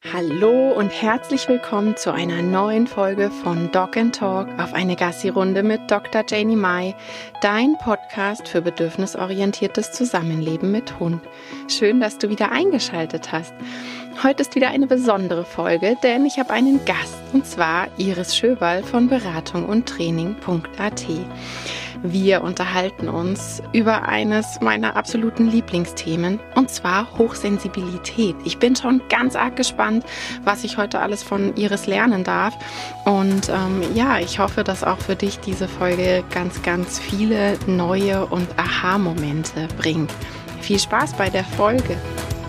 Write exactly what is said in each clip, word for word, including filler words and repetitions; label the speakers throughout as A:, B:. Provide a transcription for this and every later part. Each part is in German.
A: Hallo und herzlich willkommen zu einer neuen Folge von Dog and Talk auf eine Gassi-Runde mit Doktor Janie Mai, dein Podcast für bedürfnisorientiertes Zusammenleben mit Hund. Schön, dass du wieder eingeschaltet hast. Heute ist wieder eine besondere Folge, denn ich habe einen Gast, und zwar Iris Schöberl von beratung und training punkt a t. Wir unterhalten uns über eines meiner absoluten Lieblingsthemen, und zwar Hochsensibilität. Ich bin schon ganz arg gespannt, was ich heute alles von Iris lernen darf. Und ähm, ja, ich hoffe, dass auch für dich diese Folge ganz, ganz viele neue und Aha-Momente bringt. Viel Spaß bei der Folge!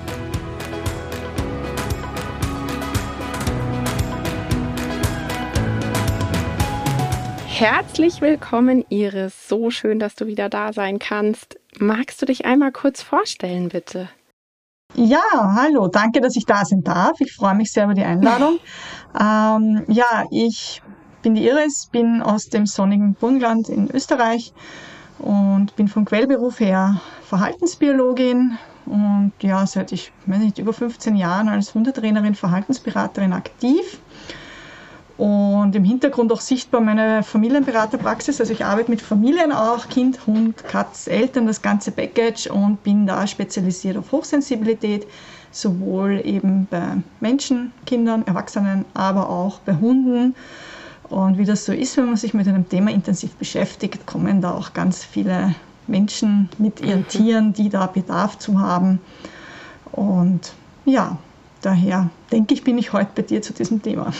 A: Herzlich willkommen, Iris. So schön, dass du wieder da sein kannst. Magst du dich einmal kurz vorstellen, bitte?
B: Ja, hallo. Danke, dass ich da sein darf. Ich freue mich sehr über die Einladung. ähm, ja, ich bin die Iris, bin aus dem sonnigen Burgenland in Österreich und bin vom Quellberuf her Verhaltensbiologin und ja, seit ich weiß nicht, über fünfzehn Jahren als Hundetrainerin, Verhaltensberaterin aktiv. Und im Hintergrund auch sichtbar meine Familienberaterpraxis. Also ich arbeite mit Familien auch, Kind, Hund, Katz, Eltern, das ganze Package, und bin da spezialisiert auf Hochsensibilität, sowohl eben bei Menschen, Kindern, Erwachsenen, aber auch bei Hunden. Und wie das so ist, wenn man sich mit einem Thema intensiv beschäftigt, kommen da auch ganz viele Menschen mit ihren mhm. Tieren, die da Bedarf zu haben. Und ja, daher denke ich, bin ich heute bei dir zu diesem Thema.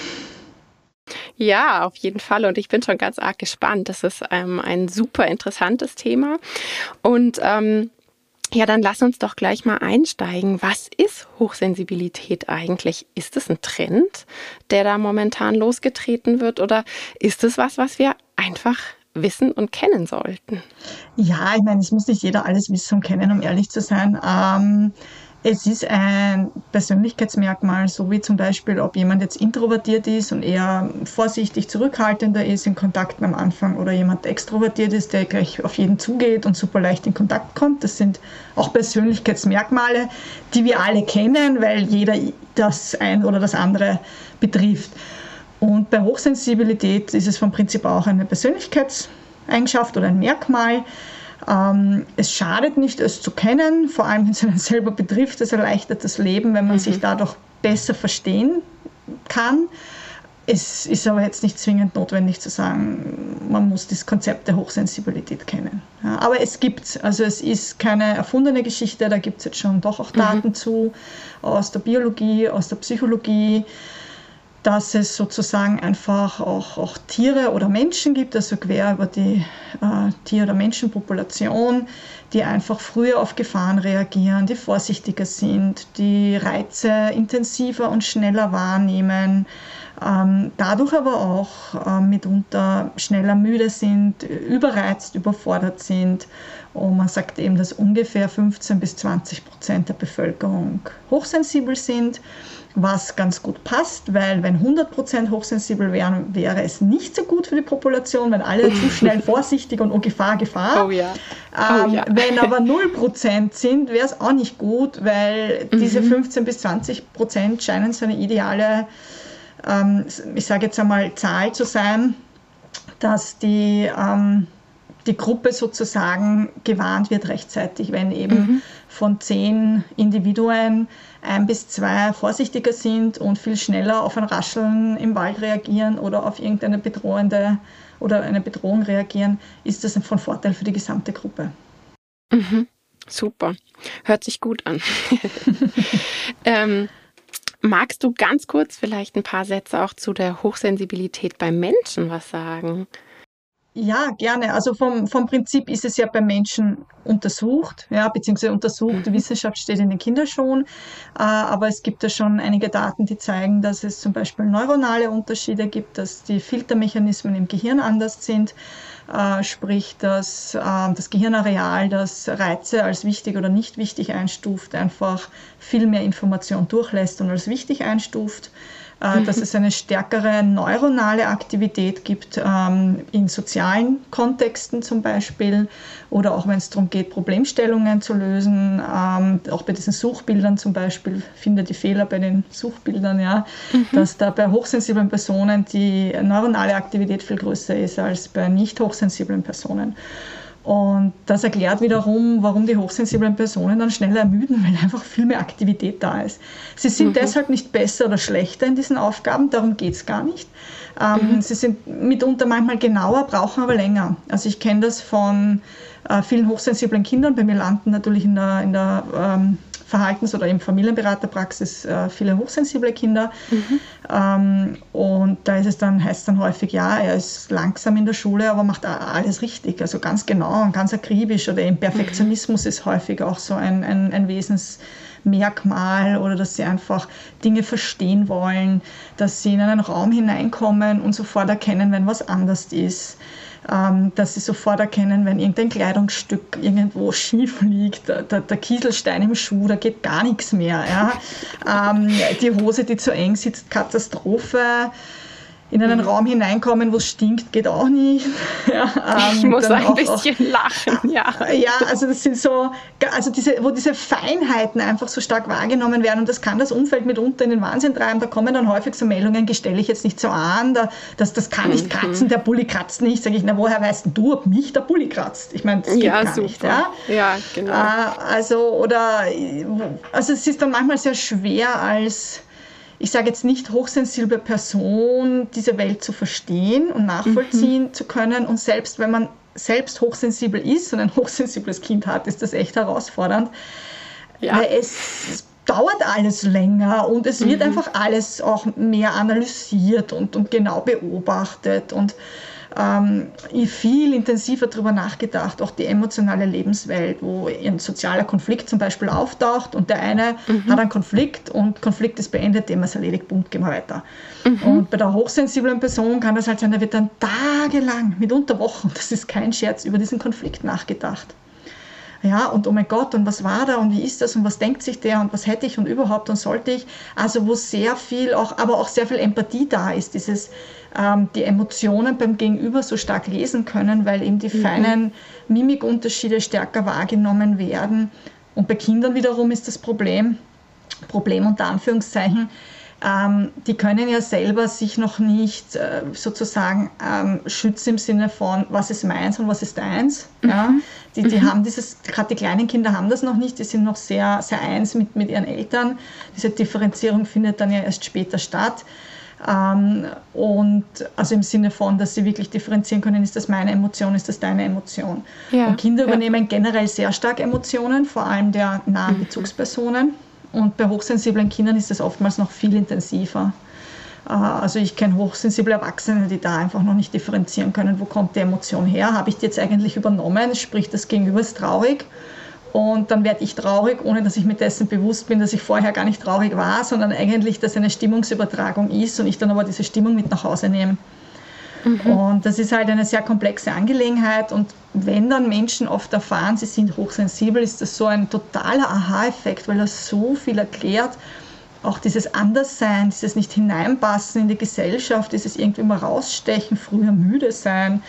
A: Ja, auf jeden Fall. Und ich bin schon ganz arg gespannt. Das ist ähm, ein super interessantes Thema. Und ähm, ja, dann lass uns doch gleich mal einsteigen. Was ist Hochsensibilität eigentlich? Ist es ein Trend, der da momentan losgetreten wird? Oder ist es was, was wir einfach wissen und kennen sollten?
B: Ja, ich meine, es muss nicht jeder alles wissen und kennen, um ehrlich zu sein. Ähm, Es ist ein Persönlichkeitsmerkmal, so wie zum Beispiel, ob jemand jetzt introvertiert ist und eher vorsichtig zurückhaltender ist in Kontakt am Anfang, oder jemand extrovertiert ist, der gleich auf jeden zugeht und super leicht in Kontakt kommt. Das sind auch Persönlichkeitsmerkmale, die wir alle kennen, weil jeder das ein oder das andere betrifft. Und bei Hochsensibilität ist es vom Prinzip auch eine Persönlichkeitseigenschaft oder ein Merkmal. Ähm, es schadet nicht, es zu kennen, vor allem wenn es einen selber betrifft. Es erleichtert das Leben, wenn man mhm. sich dadurch besser verstehen kann. Es ist aber jetzt nicht zwingend notwendig zu sagen, man muss das Konzept der Hochsensibilität kennen. Ja, aber es gibt, also es ist keine erfundene Geschichte, da gibt es jetzt schon doch auch Daten mhm. zu, aus der Biologie, aus der Psychologie, dass es sozusagen einfach auch, auch Tiere oder Menschen gibt, also quer über die äh, Tier- oder Menschenpopulation, die einfach früher auf Gefahren reagieren, die vorsichtiger sind, die Reize intensiver und schneller wahrnehmen, ähm, dadurch aber auch äh, mitunter schneller müde sind, überreizt, überfordert sind. Und man sagt eben, dass ungefähr fünfzehn bis zwanzig Prozent der Bevölkerung hochsensibel sind, was ganz gut passt, weil wenn hundert Prozent hochsensibel wären, wäre es nicht so gut für die Population, wenn alle zu schnell vorsichtig und oh Gefahr, Gefahr.
A: Oh ja. Oh
B: ähm,
A: ja.
B: Wenn aber null Prozent sind, wäre es auch nicht gut, weil mhm. diese fünfzehn bis zwanzig Prozent scheinen so eine ideale, ähm, ich sage jetzt einmal, Zahl zu sein, dass die ähm, die Gruppe sozusagen gewarnt wird rechtzeitig, wenn eben mhm. von zehn Individuen ein bis zwei vorsichtiger sind und viel schneller auf ein Rascheln im Wald reagieren oder auf irgendeine bedrohende oder eine Bedrohung reagieren, ist das von Vorteil für die gesamte Gruppe.
A: Mhm. Super. Hört sich gut an. ähm, magst du ganz kurz vielleicht ein paar Sätze auch zu der Hochsensibilität beim Menschen was sagen?
B: Ja, gerne. Also vom, vom Prinzip ist es ja beim Menschen untersucht, ja, beziehungsweise untersucht, die Wissenschaft steht in den Kinderschuhen, äh, aber es gibt ja schon einige Daten, die zeigen, dass es zum Beispiel neuronale Unterschiede gibt, dass die Filtermechanismen im Gehirn anders sind, äh, sprich, dass äh, das Gehirnareal, das Reize als wichtig oder nicht wichtig einstuft, einfach viel mehr Information durchlässt und als wichtig einstuft. äh, mhm. dass es eine stärkere neuronale Aktivität gibt, ähm, in sozialen Kontexten zum Beispiel, oder auch wenn es darum geht, Problemstellungen zu lösen, ähm, auch bei diesen Suchbildern zum Beispiel, finde die Fehler bei den Suchbildern, ja, mhm. dass da bei hochsensiblen Personen die neuronale Aktivität viel größer ist als bei nicht hochsensiblen Personen. Und das erklärt wiederum, warum die hochsensiblen Personen dann schneller ermüden, weil einfach viel mehr Aktivität da ist. Sie sind mhm. deshalb nicht besser oder schlechter in diesen Aufgaben, darum geht es gar nicht. Ähm, mhm. Sie sind mitunter manchmal genauer, brauchen aber länger. Also ich kenne das von äh, vielen hochsensiblen Kindern. Bei mir landen natürlich in der, in der ähm, Verhaltens- oder im Familienberaterpraxis äh, viele hochsensible Kinder. Mhm. Ähm, und da ist es dann, heißt es dann häufig, ja, er ist langsam in der Schule, aber macht alles richtig, also ganz genau und ganz akribisch. Oder eben Perfektionismus mhm. ist häufig auch so ein, ein, ein Wesensmerkmal, oder dass sie einfach Dinge verstehen wollen, dass sie in einen Raum hineinkommen und sofort erkennen, wenn was anders ist. Ähm, dass sie sofort erkennen, wenn irgendein Kleidungsstück irgendwo schief liegt, der, der, der Kieselstein im Schuh, da geht gar nichts mehr. Ja? Ähm, die Hose, die zu eng sitzt, Katastrophe. In einen Raum hineinkommen, wo es stinkt, geht auch nicht. Ja, ähm,
A: ich muss ein
B: auch,
A: bisschen auch, lachen, ja.
B: Ja, also das sind so, also diese, wo diese Feinheiten einfach so stark wahrgenommen werden, und das kann das Umfeld mitunter in den Wahnsinn treiben. Da kommen dann häufig so Meldungen, gestelle ich jetzt nicht so an, da, das, das kann nicht kratzen, der Bulli kratzt nicht. Sag ich, na, woher weißt du, ob mich der Bulli kratzt? Ich meine, das geht
A: ja,
B: gar
A: super.
B: nicht. Ja,
A: ja genau.
B: Äh, also, oder, also es ist dann manchmal sehr schwer, als, ich sage jetzt nicht hochsensible Person, diese Welt zu verstehen und nachvollziehen mhm. zu können. Und selbst wenn man selbst hochsensibel ist und ein hochsensibles Kind hat, ist das echt herausfordernd. Ja. Weil es dauert alles länger und es wird mhm. einfach alles auch mehr analysiert und, und genau beobachtet und ähm, viel intensiver darüber nachgedacht, auch die emotionale Lebenswelt, wo ein sozialer Konflikt zum Beispiel auftaucht und der eine mhm. hat einen Konflikt und Konflikt ist beendet, Thema ist erledigt, Punkt, gehen wir weiter. Mhm. Und bei der hochsensiblen Person kann das halt sein, da wird dann tagelang, mitunter Wochen, das ist kein Scherz, über diesen Konflikt nachgedacht. Ja, und oh mein Gott, und was war da und wie ist das und was denkt sich der und was hätte ich und überhaupt und sollte ich. Also wo sehr viel, auch, aber auch sehr viel Empathie da ist, dieses, ähm, die Emotionen beim Gegenüber so stark lesen können, weil eben die mhm. feinen Mimikunterschiede stärker wahrgenommen werden. Und bei Kindern wiederum ist das Problem, Problem unter Anführungszeichen, Ähm, die können ja selber sich noch nicht äh, sozusagen ähm, schützen im Sinne von, was ist meins und was ist deins. Mhm. Ja? Die, die mhm. haben dieses, gerade die kleinen Kinder haben das noch nicht, die sind noch sehr, sehr eins mit, mit ihren Eltern. Diese Differenzierung findet dann ja erst später statt. Ähm, und also im Sinne von, dass sie wirklich differenzieren können, ist das meine Emotion, ist das deine Emotion. Ja, und Kinder ja. übernehmen generell sehr stark Emotionen, vor allem der nahen mhm. Bezugspersonen. Und bei hochsensiblen Kindern ist das oftmals noch viel intensiver. Also ich kenne hochsensible Erwachsene, die da einfach noch nicht differenzieren können, wo kommt die Emotion her, habe ich die jetzt eigentlich übernommen, sprich das Gegenüber ist traurig und dann werde ich traurig, ohne dass ich mir dessen bewusst bin, dass ich vorher gar nicht traurig war, sondern eigentlich, dass eine Stimmungsübertragung ist und ich dann aber diese Stimmung mit nach Hause nehme. Mhm. Und das ist halt eine sehr komplexe Angelegenheit, und wenn dann Menschen oft erfahren, sie sind hochsensibel, ist das so ein totaler Aha-Effekt, weil das so viel erklärt. Auch dieses Anderssein, dieses nicht hineinpassen in die Gesellschaft, dieses irgendwie mal rausstechen, früher müde sein.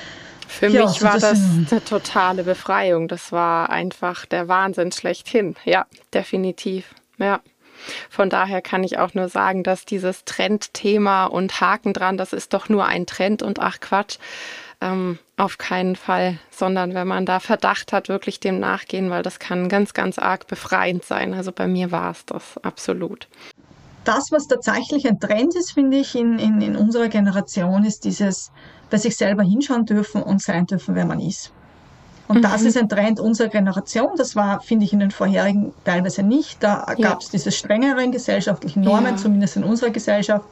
A: Für ja, mich war das, das eine totale Befreiung. Das war einfach der Wahnsinn schlechthin. Ja, definitiv. Ja. Von daher kann ich auch nur sagen, dass dieses Trendthema und Haken dran, das ist doch nur ein Trend und ach Quatsch, ähm, auf keinen Fall, sondern wenn man da Verdacht hat, wirklich dem nachgehen, weil das kann ganz, ganz arg befreiend sein. Also bei mir war es das, absolut.
B: Das, was tatsächlich ein Trend ist, finde ich, in, in, in unserer Generation, ist dieses, bei sich selber hinschauen dürfen und sein dürfen, wer man ist. Und mhm. das ist ein Trend unserer Generation. Das war, finde ich, in den vorherigen teilweise nicht. Da ja. gab es diese strengeren gesellschaftlichen Normen, ja. zumindest in unserer Gesellschaft,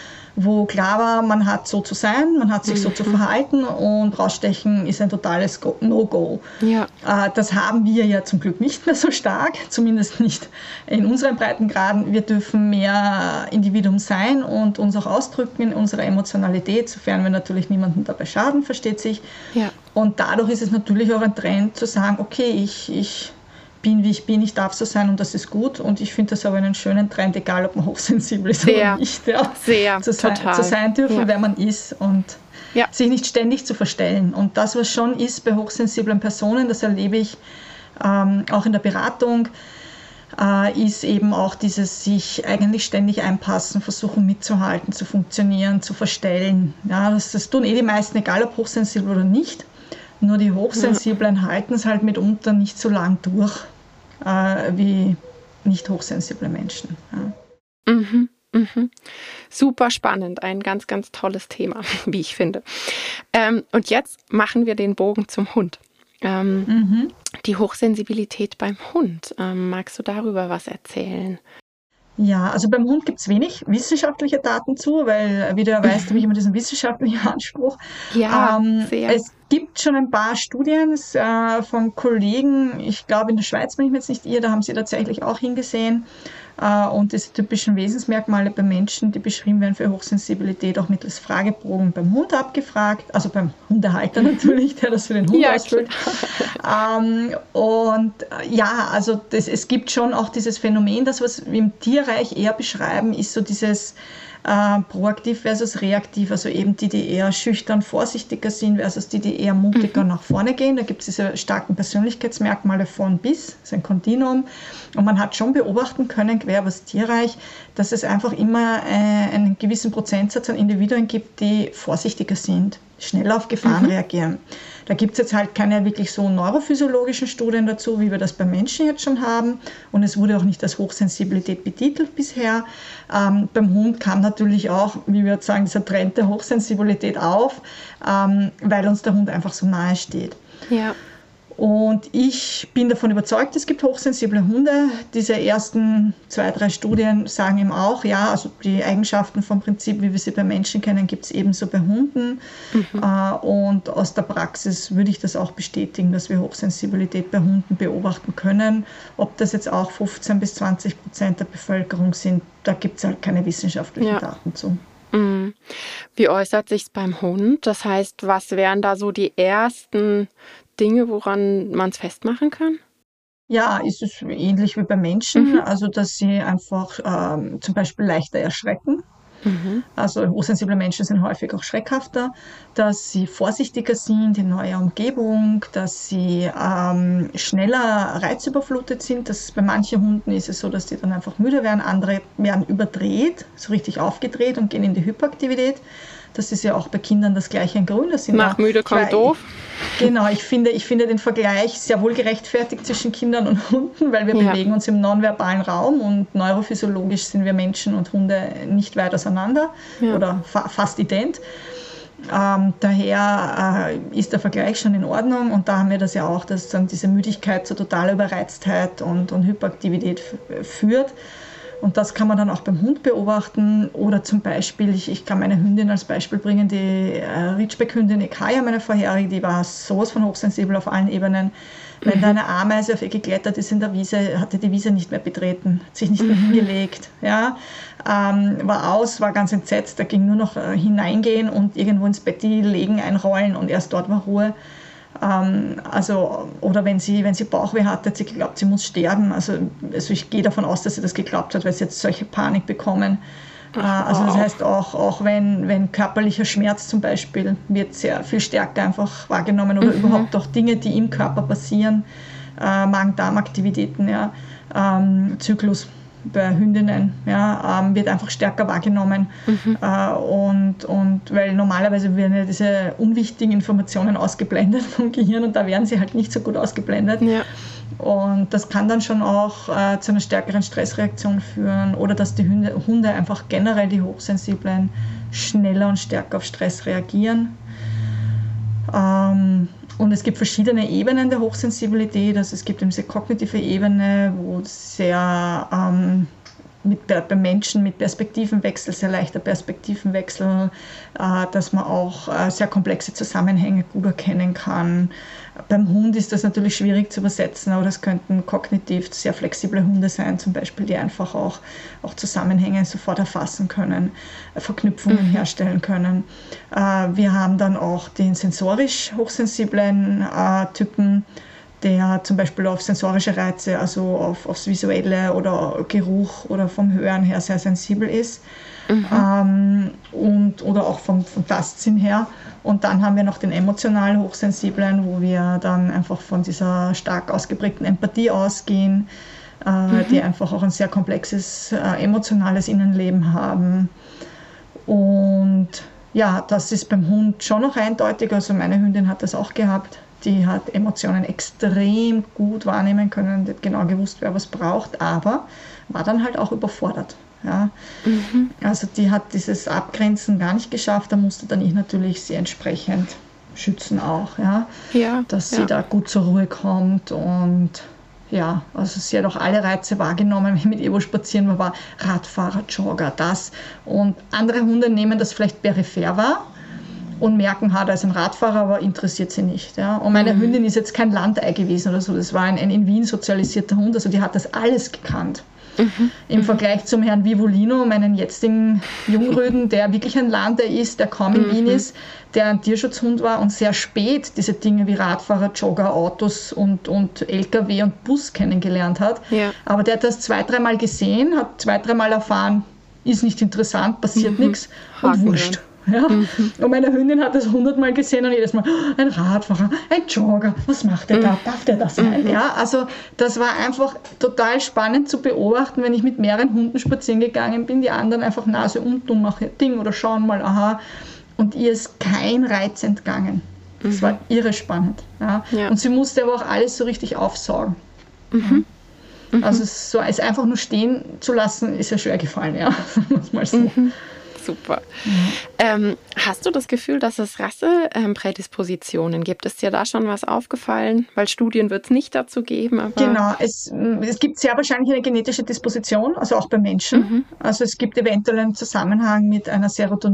B: wo klar war, man hat so zu sein, man hat sich mhm. so zu verhalten, und rausstechen ist ein totales Go- No-Go. Ja. Äh, das haben wir ja zum Glück nicht mehr so stark, zumindest nicht in unseren Breitengraden. Wir dürfen mehr Individuum sein und uns auch ausdrücken in unserer Emotionalität, sofern wir natürlich niemanden dabei schaden, versteht sich. Ja. Und dadurch ist es natürlich auch ein Trend zu sagen, okay, ich, ich bin, wie ich bin, ich darf so sein und das ist gut. Und ich finde das aber einen schönen Trend, egal ob man hochsensibel ist
A: sehr,
B: oder nicht. Ja.
A: Sehr,
B: zu sein,
A: total.
B: Zu sein dürfen,
A: ja.
B: wer man ist und ja. sich nicht ständig zu verstellen. Und das, was schon ist bei hochsensiblen Personen, das erlebe ich ähm, auch in der Beratung, äh, ist eben auch dieses sich eigentlich ständig einpassen, versuchen mitzuhalten, zu funktionieren, zu verstellen. Ja, das, das tun eh die meisten, egal ob hochsensibel oder nicht. Nur die Hochsensiblen ja. halten es halt mitunter nicht so lang durch äh, wie nicht hochsensible Menschen. Ja.
A: Mhm, mhm. Super spannend, ein ganz, ganz tolles Thema, wie ich finde. Ähm, und jetzt machen wir den Bogen zum Hund. Ähm, mhm. Die Hochsensibilität beim Hund. Ähm, magst du darüber was erzählen?
B: Ja, also beim Hund gibt es wenig wissenschaftliche Daten zu, weil, wie du ja weißt, mhm. habe ich immer diesen wissenschaftlichen Anspruch.
A: Ja,
B: ähm,
A: sehr.
B: Es gibt schon ein paar Studien äh, von Kollegen, ich glaube in der Schweiz, wenn ich mir jetzt nicht irre, da haben sie tatsächlich auch hingesehen. Äh, und diese typischen Wesensmerkmale bei Menschen, die beschrieben werden für Hochsensibilität, auch mittels Fragebogen beim Hund abgefragt, also beim Hundehalter natürlich, der das für den Hund ja, ausfüllt. ähm, und äh, ja, also das, es gibt schon auch dieses Phänomen, das was wir im Tierreich eher beschreiben, ist so dieses äh, proaktiv versus reaktiv, also eben die, die eher schüchtern, vorsichtiger sind versus die, die eher mutiger mhm. nach vorne gehen. Da gibt es diese starken Persönlichkeitsmerkmale von bis, das ist ein Kontinuum. Und man hat schon beobachten können, quer über das Tierreich, dass es einfach immer äh, einen gewissen Prozentsatz an Individuen gibt, die vorsichtiger sind, schneller auf Gefahren mhm. reagieren. Da gibt es jetzt halt keine wirklich so neurophysiologischen Studien dazu, wie wir das bei Menschen jetzt schon haben. Und es wurde auch nicht als Hochsensibilität betitelt bisher. Ähm, beim Hund kam natürlich auch, wie wir jetzt sagen, dieser Trend der Hochsensibilität auf, ähm, weil uns der Hund einfach so nahe steht.
A: Ja.
B: Und ich bin davon überzeugt, es gibt hochsensible Hunde. Diese ersten zwei, drei Studien sagen eben auch, ja, also die Eigenschaften vom Prinzip, wie wir sie bei Menschen kennen, gibt es ebenso bei Hunden. Mhm. Und aus der Praxis würde ich das auch bestätigen, dass wir Hochsensibilität bei Hunden beobachten können. Ob das jetzt auch fünfzehn bis zwanzig Prozent der Bevölkerung sind, da gibt es halt keine wissenschaftlichen ja. Daten zu.
A: Mhm. Wie äußert sich es beim Hund? Das heißt, was wären da so die ersten Dinge, woran man es festmachen kann?
B: Ja, ist es ähnlich wie bei Menschen, mhm. also dass sie einfach ähm, zum Beispiel leichter erschrecken. Mhm. Also hochsensible Menschen sind häufig auch schreckhafter, dass sie vorsichtiger sind in neuer Umgebung, dass sie ähm, schneller reizüberflutet sind. Das, bei manchen Hunden ist es so, dass die dann einfach müde werden, andere werden überdreht, so richtig aufgedreht und gehen in die Hyperaktivität. Das ist ja auch bei Kindern das Gleiche in Grün. Das sind
A: Nach
B: ja,
A: müde kommt doof.
B: Genau, ich finde, ich finde den Vergleich sehr wohl gerechtfertigt zwischen Kindern und Hunden, weil wir ja. bewegen uns im nonverbalen Raum und neurophysiologisch sind wir Menschen und Hunde nicht weit auseinander ja. oder fa- fast ident. Ähm, daher äh, ist der Vergleich schon in Ordnung und da haben wir das ja auch, dass dann diese Müdigkeit zu totaler Überreiztheit und, und Hyperaktivität f- führt. Und das kann man dann auch beim Hund beobachten. Oder zum Beispiel, ich, ich kann meine Hündin als Beispiel bringen, die äh, Ridgeback-Hündin Ekaya, meine vorherige, die war sowas von hochsensibel auf allen Ebenen. Wenn mhm. da eine Ameise auf ihr geklettert ist in der Wiese, hat sie die Wiese nicht mehr betreten, hat sich nicht mehr mhm. hingelegt. Ja? Ähm, war aus, war ganz entsetzt, da ging nur noch äh, hineingehen und irgendwo ins Bett legen, einrollen und erst dort war Ruhe. Ähm, also, oder wenn sie, wenn sie Bauchweh hatte, hat sie geglaubt, sie muss sterben. Also, also ich gehe davon aus, dass sie das geglaubt hat, weil sie jetzt solche Panik bekommen. Äh, also das heißt auch, auch wenn, wenn körperlicher Schmerz zum Beispiel wird sehr viel stärker einfach wahrgenommen oder mhm. überhaupt auch Dinge, die im Körper passieren, äh, Magen-Darm-Aktivitäten, ja, ähm, Zyklus bei Hündinnen, ja, ähm, wird einfach stärker wahrgenommen. Mhm. Äh, und, und weil normalerweise werden ja diese unwichtigen Informationen ausgeblendet vom Gehirn und da werden sie halt nicht so gut ausgeblendet. Ja. Und das kann dann schon auch äh, zu einer stärkeren Stressreaktion führen oder dass die Hunde, Hunde einfach generell, die Hochsensiblen, schneller und stärker auf Stress reagieren. Ähm, Und es gibt verschiedene Ebenen der Hochsensibilität. Also es gibt eben diese kognitive Ebene, wo sehr ähm, mit, bei Menschen mit Perspektivenwechsel, sehr leichter Perspektivenwechsel, äh, dass man auch äh, sehr komplexe Zusammenhänge gut erkennen kann. Beim Hund ist das natürlich schwierig zu übersetzen, aber das könnten kognitiv sehr flexible Hunde sein, zum Beispiel, die einfach auch, auch Zusammenhänge sofort erfassen können, äh, Verknüpfungen mhm. herstellen können. Äh, wir haben dann auch den sensorisch hochsensiblen äh, Typen. der zum Beispiel auf sensorische Reize, also auf, aufs Visuelle oder Geruch oder vom Hören her sehr sensibel ist. Mhm. Ähm, und, oder auch vom, vom Tastsinn her. Und dann haben wir noch den emotional Hochsensiblen, wo wir dann einfach von dieser stark ausgeprägten Empathie ausgehen, äh, mhm. die einfach auch ein sehr komplexes äh, emotionales Innenleben haben. Und ja, das ist beim Hund schon noch eindeutig. Also meine Hündin hat das auch gehabt. Die hat Emotionen extrem gut wahrnehmen können, die hat genau gewusst, wer was braucht, aber war dann halt auch überfordert. Ja. Mhm. Also die hat dieses Abgrenzen gar nicht geschafft, da musste dann ich natürlich sie entsprechend schützen auch, ja,
A: ja
B: dass
A: ja.
B: sie da gut zur Ruhe kommt. Und ja, also sie hat auch alle Reize wahrgenommen, wenn ich mit ihr wo spazieren war, war Radfahrer, Jogger, das. Und andere Hunde nehmen das vielleicht peripher wahr und merken, ha, da ist ein Radfahrer, aber interessiert sie nicht. Ja. Und meine mhm. Hündin ist jetzt kein Landei gewesen oder so, das war ein, ein in Wien sozialisierter Hund, also die hat das alles gekannt. Mhm. Im mhm. Vergleich zum Herrn Vivolino, meinen jetzigen Jungröden, der wirklich ein Landei ist, der kaum in mhm. Wien ist, der ein Tierschutzhund war und sehr spät diese Dinge wie Radfahrer, Jogger, Autos und, und L K W und Bus kennengelernt hat. Ja. Aber der hat das zwei, dreimal gesehen, hat zwei, dreimal erfahren, ist nicht interessant, passiert mhm. nichts und wurscht. Ja. Mhm. Und meine Hündin hat das hundertmal gesehen und jedes Mal, oh, ein Radfahrer, ein Jogger, was macht der mhm. da, darf der das sein? Mhm. Ja, also das war einfach total spannend zu beobachten, wenn ich mit mehreren Hunden spazieren gegangen bin, die anderen einfach Nase unten und machen Ding oder schauen mal, aha, und ihr ist kein Reiz entgangen. Das mhm. war irre spannend. Ja. Ja. Und sie musste aber auch alles so richtig aufsaugen. Mhm. Ja. Also so, es einfach nur stehen zu lassen, ist ja schwer gefallen, ja, muss mal so.
A: Mhm. Super. Mhm. Ähm, hast du das Gefühl, dass es Rasseprädispositionen gibt? Ist dir da schon was aufgefallen? Weil Studien wird es nicht dazu geben. Aber
B: genau, es, es gibt sehr wahrscheinlich eine genetische Disposition, also auch bei Menschen. Mhm. Also es gibt eventuell einen Zusammenhang mit einer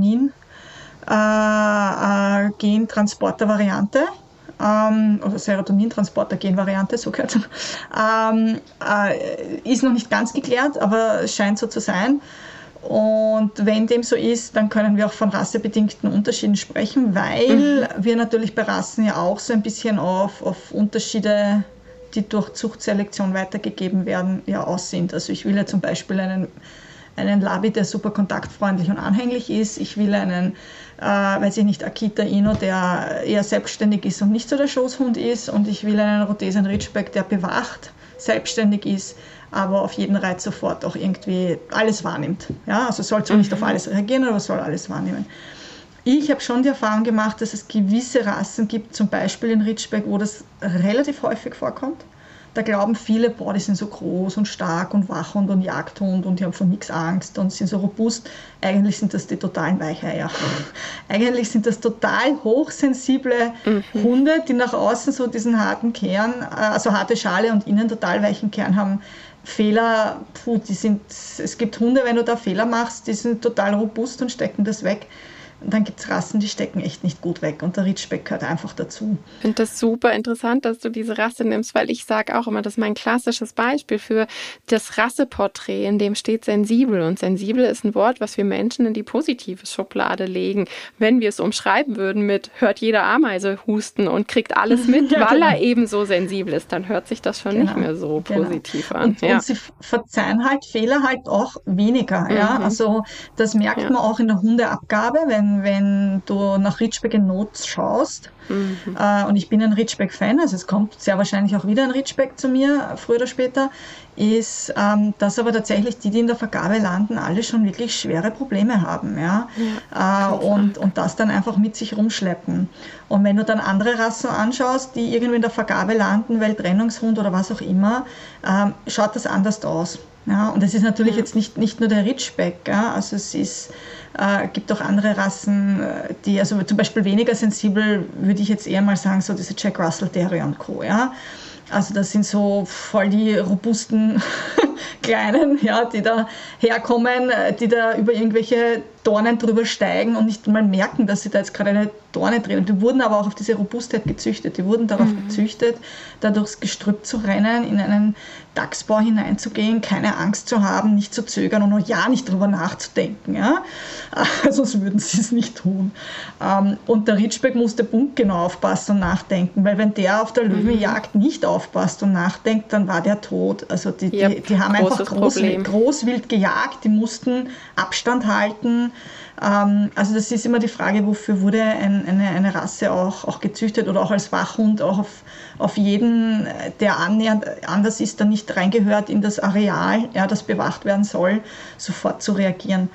B: Serotonin-Gentransporter-Variante. Ähm, oder Serotonintransporter-Gen-Variante, so gehört es. Ähm, äh, ist noch nicht ganz geklärt, aber es scheint so zu sein. Und wenn dem so ist, dann können wir auch von rassebedingten Unterschieden sprechen, weil mhm. wir natürlich bei Rassen ja auch so ein bisschen auf, auf Unterschiede, die durch Zuchtselektion weitergegeben werden, ja aus sind. Also ich will ja zum Beispiel einen, einen Labi, der super kontaktfreundlich und anhänglich ist. Ich will einen, äh, weiß ich nicht, Akita Inu, der eher selbstständig ist und nicht so der Schoßhund ist. Und ich will einen Rhodesian Ridgeback, der bewacht, selbstständig ist, aber auf jeden Reiz sofort auch irgendwie alles wahrnimmt. Ja, also soll zwar nicht auf alles reagieren, aber soll alles wahrnehmen. Ich habe schon die Erfahrung gemacht, dass es gewisse Rassen gibt, zum Beispiel in Ridgeback, wo das relativ häufig vorkommt. Da glauben viele, boah, die sind so groß und stark und Wachhund und Jagdhund und die haben vor nichts Angst und sind so robust. Eigentlich sind das die totalen Weicheier. Eigentlich sind das total hochsensible mhm. Hunde, die nach außen so diesen harten Kern, also harte Schale und innen total weichen Kern haben. Fehler, puh, die sind, es gibt Hunde, wenn du da Fehler machst, die sind total robust und stecken das weg. Und dann gibt es Rassen, die stecken echt nicht gut weg und der Ridgeback gehört einfach dazu.
A: Ich finde das super interessant, dass du diese Rasse nimmst, weil ich sage auch immer, das ist mein klassisches Beispiel für das Rasseporträt, in dem steht sensibel. Und sensibel ist ein Wort, was wir Menschen in die positive Schublade legen. Wenn wir es umschreiben würden mit hört jeder Ameise husten und kriegt alles mit, ja, weil genau. er eben so sensibel ist, dann hört sich das schon genau. nicht mehr so genau. positiv an.
B: Und, ja. und sie verzeihen halt Fehler halt auch weniger. Mhm. Ja? Also das merkt ja. man auch in der Hundeabgabe, wenn wenn du nach Ridgeback in Not schaust. Mhm. Äh, und ich bin ein Ridgeback-Fan, also es kommt sehr wahrscheinlich auch wieder ein Ridgeback zu mir, früher oder später, ist, ähm, dass aber tatsächlich die, die in der Vergabe landen, alle schon wirklich schwere Probleme haben. Ja? Ja, äh, und, und das dann einfach mit sich rumschleppen. Und wenn du dann andere Rassen anschaust, die irgendwie in der Vergabe landen, Welttrennungshund oder was auch immer, ähm, schaut das anders aus. Ja? Und es ist natürlich ja. jetzt nicht, nicht nur der Ridgeback, ja? Also es ist äh, gibt auch andere Rassen, die, also zum Beispiel weniger sensibel, würde ich jetzt eher mal sagen, so diese Jack Russell Terrier und Co. Ja? Also das sind so voll die robusten Kleinen, ja, die da herkommen, die da über irgendwelche Dornen drüber steigen und nicht mal merken, dass sie da jetzt gerade eine Dorne drehen. Die wurden aber auch auf diese Robustheit gezüchtet. Die wurden darauf mhm. gezüchtet, da durchs Gestrüpp zu rennen, in einen Dachsbau hineinzugehen, keine Angst zu haben, nicht zu zögern und auch ja nicht drüber nachzudenken. Ja? Sonst würden sie es nicht tun. Und der Ridgeback musste punktgenau aufpassen und nachdenken, weil wenn der auf der Löwenjagd nicht aufpasst und nachdenkt, dann war der tot. Also die, die, yep, die haben einfach groß, großwild gejagt, die mussten Abstand halten. Also das ist immer die Frage, wofür wurde ein, eine, eine Rasse auch, auch gezüchtet oder auch als Wachhund auch auf, auf jeden, der annähernd anders ist, dann nicht reingehört in das Areal, ja, das bewacht werden soll, sofort zu reagieren.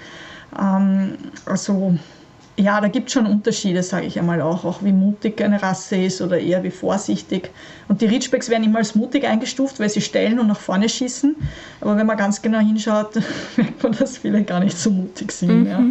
B: Also ja, da gibt es schon Unterschiede, sage ich einmal auch, auch wie mutig eine Rasse ist oder eher wie vorsichtig. Und die Ridgebacks werden immer als mutig eingestuft, weil sie stellen und nach vorne schießen. Aber wenn man ganz genau hinschaut, merkt man, dass viele gar nicht so mutig sind. Mhm. Ja.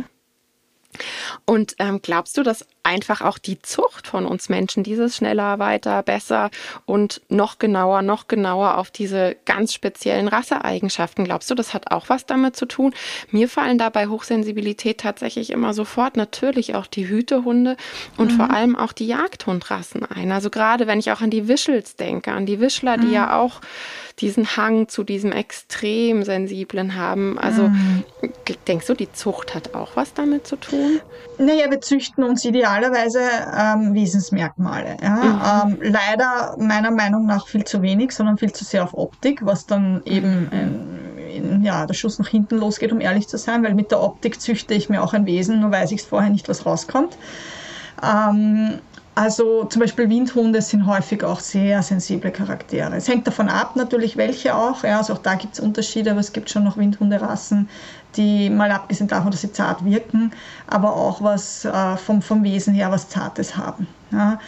A: Und ähm, glaubst du, dass einfach auch die Zucht von uns Menschen, dieses schneller, weiter, besser und noch genauer, noch genauer auf diese ganz speziellen Rasseeigenschaften, glaubst du, das hat auch was damit zu tun? Mir fallen da bei Hochsensibilität tatsächlich immer sofort natürlich auch die Hütehunde und mhm. vor allem auch die Jagdhundrassen ein. Also gerade wenn ich auch an die Wischels denke, an die Wischler, die mhm. ja auch diesen Hang zu diesem extrem Sensiblen haben. Also mhm. denkst du, die Zucht hat auch was damit zu tun?
B: Naja, wir züchten uns idealerweise ähm, Wesensmerkmale. Ja? Mhm. Ähm, leider meiner Meinung nach viel zu wenig, sondern viel zu sehr auf Optik, was dann eben ein, ja, der Schuss nach hinten losgeht, um ehrlich zu sein, weil mit der Optik züchte ich mir auch ein Wesen, nur weiß ich es vorher nicht, was rauskommt. Ähm, Also zum Beispiel Windhunde sind häufig auch sehr sensible Charaktere. Es hängt davon ab, natürlich welche auch. Ja, also auch da gibt es Unterschiede, aber es gibt schon noch Windhunderassen, die mal abgesehen davon, dass sie zart wirken, aber auch was äh, vom, vom Wesen her was Zartes haben. Ja.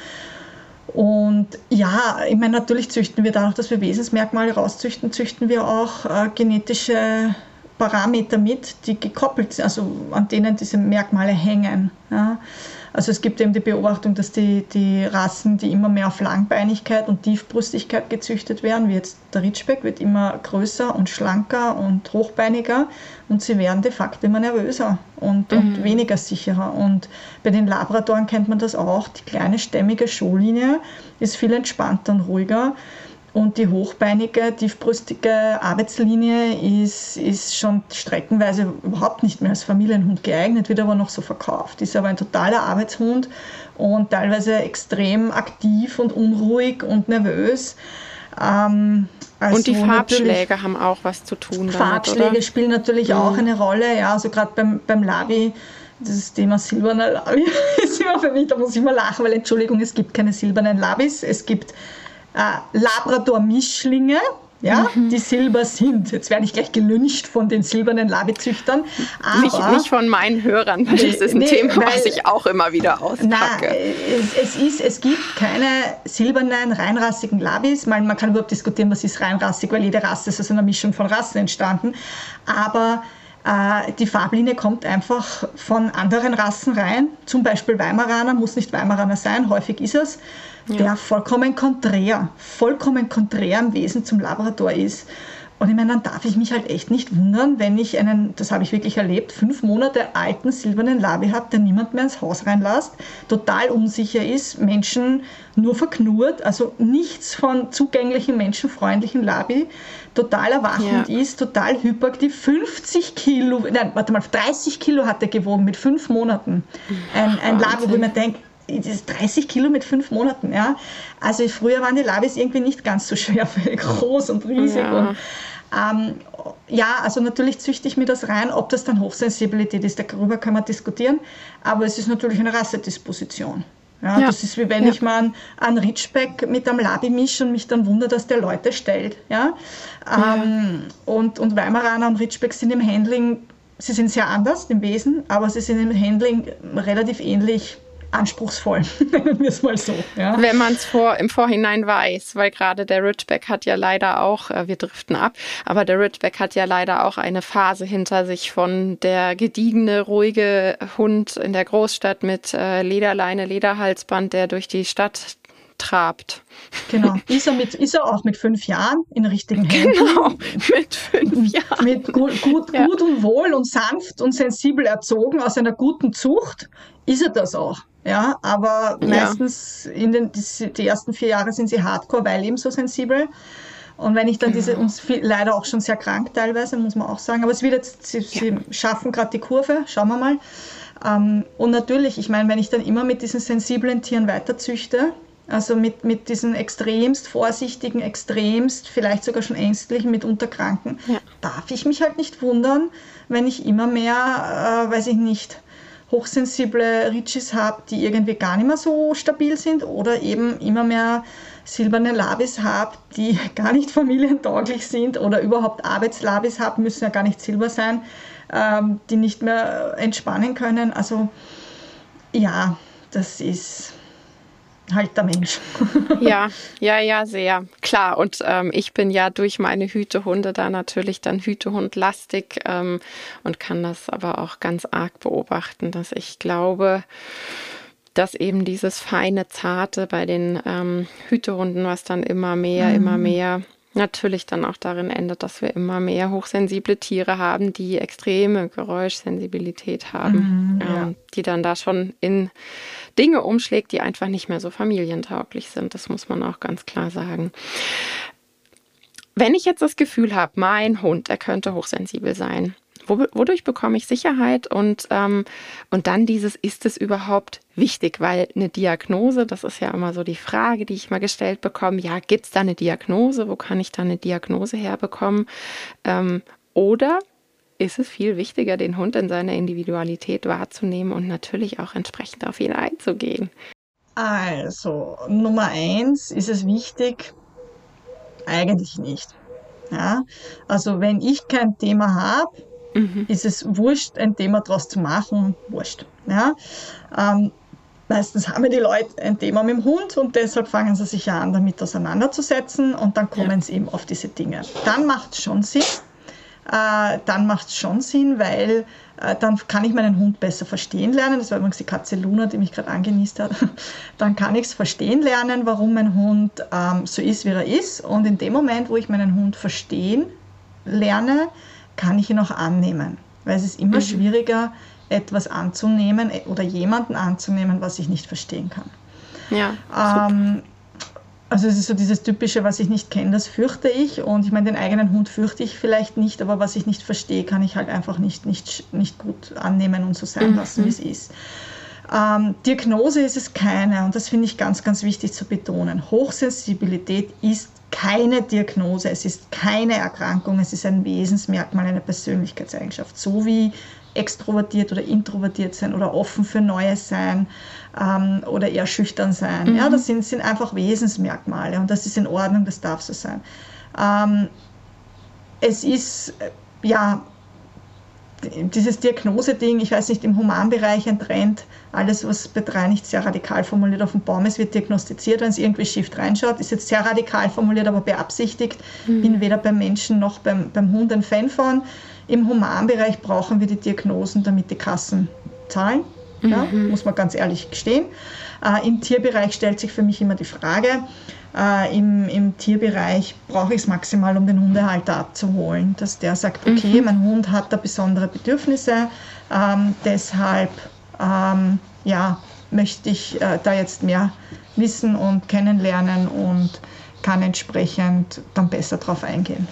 B: Und ja, ich meine, natürlich züchten wir dadurch, dass wir Wesensmerkmale rauszüchten, züchten wir auch äh, genetische Parameter mit, die gekoppelt sind, also an denen diese Merkmale hängen. Ja. Also es gibt eben die Beobachtung, dass die, die Rassen, die immer mehr auf Langbeinigkeit und Tiefbrüstigkeit gezüchtet werden, wie jetzt der Ridgeback, wird immer größer und schlanker und hochbeiniger und sie werden de facto immer nervöser und, mhm. und weniger sicherer. Und bei den Labradoren kennt man das auch, die kleine stämmige Showlinie ist viel entspannter und ruhiger. Und die hochbeinige, tiefbrüstige Arbeitslinie ist, ist schon streckenweise überhaupt nicht mehr als Familienhund geeignet, wird aber noch so verkauft. Ist aber ein totaler Arbeitshund und teilweise extrem aktiv und unruhig und nervös. Ähm, also
A: und die Farbschläge haben auch was zu tun damit,
B: Farbschläge
A: oder?
B: Spielen natürlich mhm. auch eine Rolle. Ja, also gerade beim, beim Labi, das Thema silberner Labi ist immer für mich, da muss ich immer lachen, weil Entschuldigung, es gibt keine silbernen Labis, es gibt Äh, Labrador-Mischlinge, ja, mhm. die silber sind. Jetzt werde ich gleich gelyncht von den silbernen Labizüchtern. Aber
A: nicht, nicht von meinen Hörern, weil nee, das ist ein nee, Thema, weil, was ich auch immer wieder auspacke.
B: Na, es, es, ist, es gibt keine silbernen, reinrassigen Labis. Man, man kann überhaupt diskutieren, was ist reinrassig, weil jede Rasse ist aus einer Mischung von Rassen entstanden. Aber äh, die Farblinie kommt einfach von anderen Rassen rein. Zum Beispiel Weimaraner, muss nicht Weimaraner sein, häufig ist es. Ja. Der vollkommen konträr, vollkommen konträr im Wesen zum Labrador ist. Und ich meine, dann darf ich mich halt echt nicht wundern, wenn ich einen, das habe ich wirklich erlebt, fünf Monate alten silbernen Labi habe, der niemand mehr ins Haus reinlässt, total unsicher ist, Menschen nur verknurrt, also nichts von zugänglichen, menschenfreundlichen Labi, total erwachend ja. ist, total hyperaktiv, fünfzig Kilo, nein, warte mal, dreißig Kilo hat er gewogen mit fünf Monaten. Ein, ein Labi, wo ich mir denke, das ist dreißig Kilo mit fünf Monaten, ja. Also früher waren die Labis irgendwie nicht ganz so schwer, groß und riesig. Ja. Und, ähm, ja, also natürlich züchte ich mir das rein, ob das dann Hochsensibilität ist, darüber kann man diskutieren, aber es ist natürlich eine Rassedisposition. Ja, ja. Das ist wie wenn ja. ich mal einen Ridgeback mit einem Labi mische und mich dann wundere, dass der Leute stellt. Ja? Ja. Ähm, und, und Weimaraner und Ridgeback sind im Handling, sie sind sehr anders im Wesen, aber sie sind im Handling relativ ähnlich anspruchsvoll, nennen wir es mal so. Ja.
A: Wenn man es vor, im Vorhinein weiß, weil gerade der Ridgeback hat ja leider auch, äh, wir driften ab, aber der Ridgeback hat ja leider auch eine Phase hinter sich von der gediegene, ruhige Hund in der Großstadt mit äh, Lederleine, Lederhalsband, der durch die Stadt trabt.
B: Genau. Ist er, mit, ist er auch mit fünf Jahren in richtigen Händen?
A: Genau, mit fünf Jahren.
B: Mit gut, gut, ja. gut und wohl und sanft und sensibel erzogen, aus einer guten Zucht, ist er das auch. Ja, aber ja. meistens in den die, die ersten vier Jahre sind sie hardcore, weil eben so sensibel. Und wenn ich dann genau. diese, uns viel, leider auch schon sehr krank teilweise, muss man auch sagen, aber es wird jetzt, sie, ja. sie schaffen gerade die Kurve, schauen wir mal. Ähm, und natürlich, ich meine, wenn ich dann immer mit diesen sensiblen Tieren weiterzüchte, also mit, mit diesen extremst vorsichtigen, extremst, vielleicht sogar schon ängstlichen, mitunter Kranken, ja. darf ich mich halt nicht wundern, wenn ich immer mehr, äh, weiß ich nicht, hochsensible Ritschis habe, die irgendwie gar nicht mehr so stabil sind oder eben immer mehr silberne Labis habe, die gar nicht familientauglich sind oder überhaupt Arbeitslabis habe, müssen ja gar nicht Silber sein, ähm, die nicht mehr entspannen können. Also ja, das ist halt der Mensch.
A: Ja, ja, ja, sehr. Klar, und ähm, ich bin ja durch meine Hütehunde da natürlich dann Hütehundlastig ähm, und kann das aber auch ganz arg beobachten, dass ich glaube, dass eben dieses feine, zarte bei den ähm, Hütehunden, was dann immer mehr, mhm. immer mehr natürlich dann auch darin endet, dass wir immer mehr hochsensible Tiere haben, die extreme Geräuschsensibilität haben, mhm, ja. ähm, die dann da schon in Dinge umschlägt, die einfach nicht mehr so familientauglich sind. Das muss man auch ganz klar sagen. Wenn ich jetzt das Gefühl habe, mein Hund, er könnte hochsensibel sein, wodurch bekomme ich Sicherheit und, ähm, und dann dieses, ist es überhaupt wichtig? Weil eine Diagnose, das ist ja immer so die Frage, die ich mal gestellt bekomme, ja, gibt es da eine Diagnose? Wo kann ich da eine Diagnose herbekommen? Ähm, oder ist es viel wichtiger, den Hund in seiner Individualität wahrzunehmen und natürlich auch entsprechend auf ihn einzugehen?
B: Also, Nummer eins, ist es wichtig? Eigentlich nicht. Ja? Also, wenn ich kein Thema habe, Mhm. ist es wurscht, ein Thema draus zu machen, wurscht. Ja? Ähm, meistens haben ja die Leute ein Thema mit dem Hund und deshalb fangen sie sich ja an, damit auseinanderzusetzen und dann kommen ja. sie eben auf diese Dinge. Dann macht es schon Sinn, äh, dann macht es schon Sinn, weil äh, dann kann ich meinen Hund besser verstehen lernen. Das war übrigens die Katze Luna, die mich gerade angenießt hat. Dann kann ich es verstehen lernen, warum mein Hund ähm, so ist, wie er ist. Und in dem Moment, wo ich meinen Hund verstehen lerne, kann ich ihn auch annehmen. Weil es ist immer mhm. schwieriger, etwas anzunehmen oder jemanden anzunehmen, was ich nicht verstehen kann.
A: Ja,
B: ähm, also es ist so dieses Typische, was ich nicht kenne, das fürchte ich. Und ich meine, den eigenen Hund fürchte ich vielleicht nicht, aber was ich nicht verstehe, kann ich halt einfach nicht, nicht, nicht gut annehmen und so sein lassen, mhm. wie es ist. Ähm, Diagnose ist es keine und das finde ich ganz, ganz wichtig zu betonen. Hochsensibilität ist keine Diagnose, es ist keine Erkrankung, es ist ein Wesensmerkmal, eine Persönlichkeitseigenschaft, so wie extrovertiert oder introvertiert sein oder offen für Neues sein ähm, oder eher schüchtern sein. Mhm. Ja, das sind, sind einfach Wesensmerkmale und das ist in Ordnung, das darf so sein. Ähm, es ist, ja, dieses Diagnose-Ding, ich weiß nicht, im Humanbereich ein Trend, alles, was bei drei nicht sehr radikal formuliert auf dem Baum ist, wird diagnostiziert, wenn es irgendwie schief reinschaut, ist jetzt sehr radikal formuliert, aber beabsichtigt. Mhm. Bin weder beim Menschen noch beim, beim Hund ein Fan von. Im Humanbereich brauchen wir die Diagnosen, damit die Kassen zahlen, ja, mhm. muss man ganz ehrlich gestehen. Äh, Im Tierbereich stellt sich für mich immer die Frage, Äh, im, im Tierbereich brauche ich es maximal, um den Hundehalter abzuholen, dass der sagt, okay, mhm. mein Hund hat da besondere Bedürfnisse, ähm, deshalb ähm, ja, möchte ich äh, da jetzt mehr wissen und kennenlernen und kann entsprechend dann besser drauf eingehen.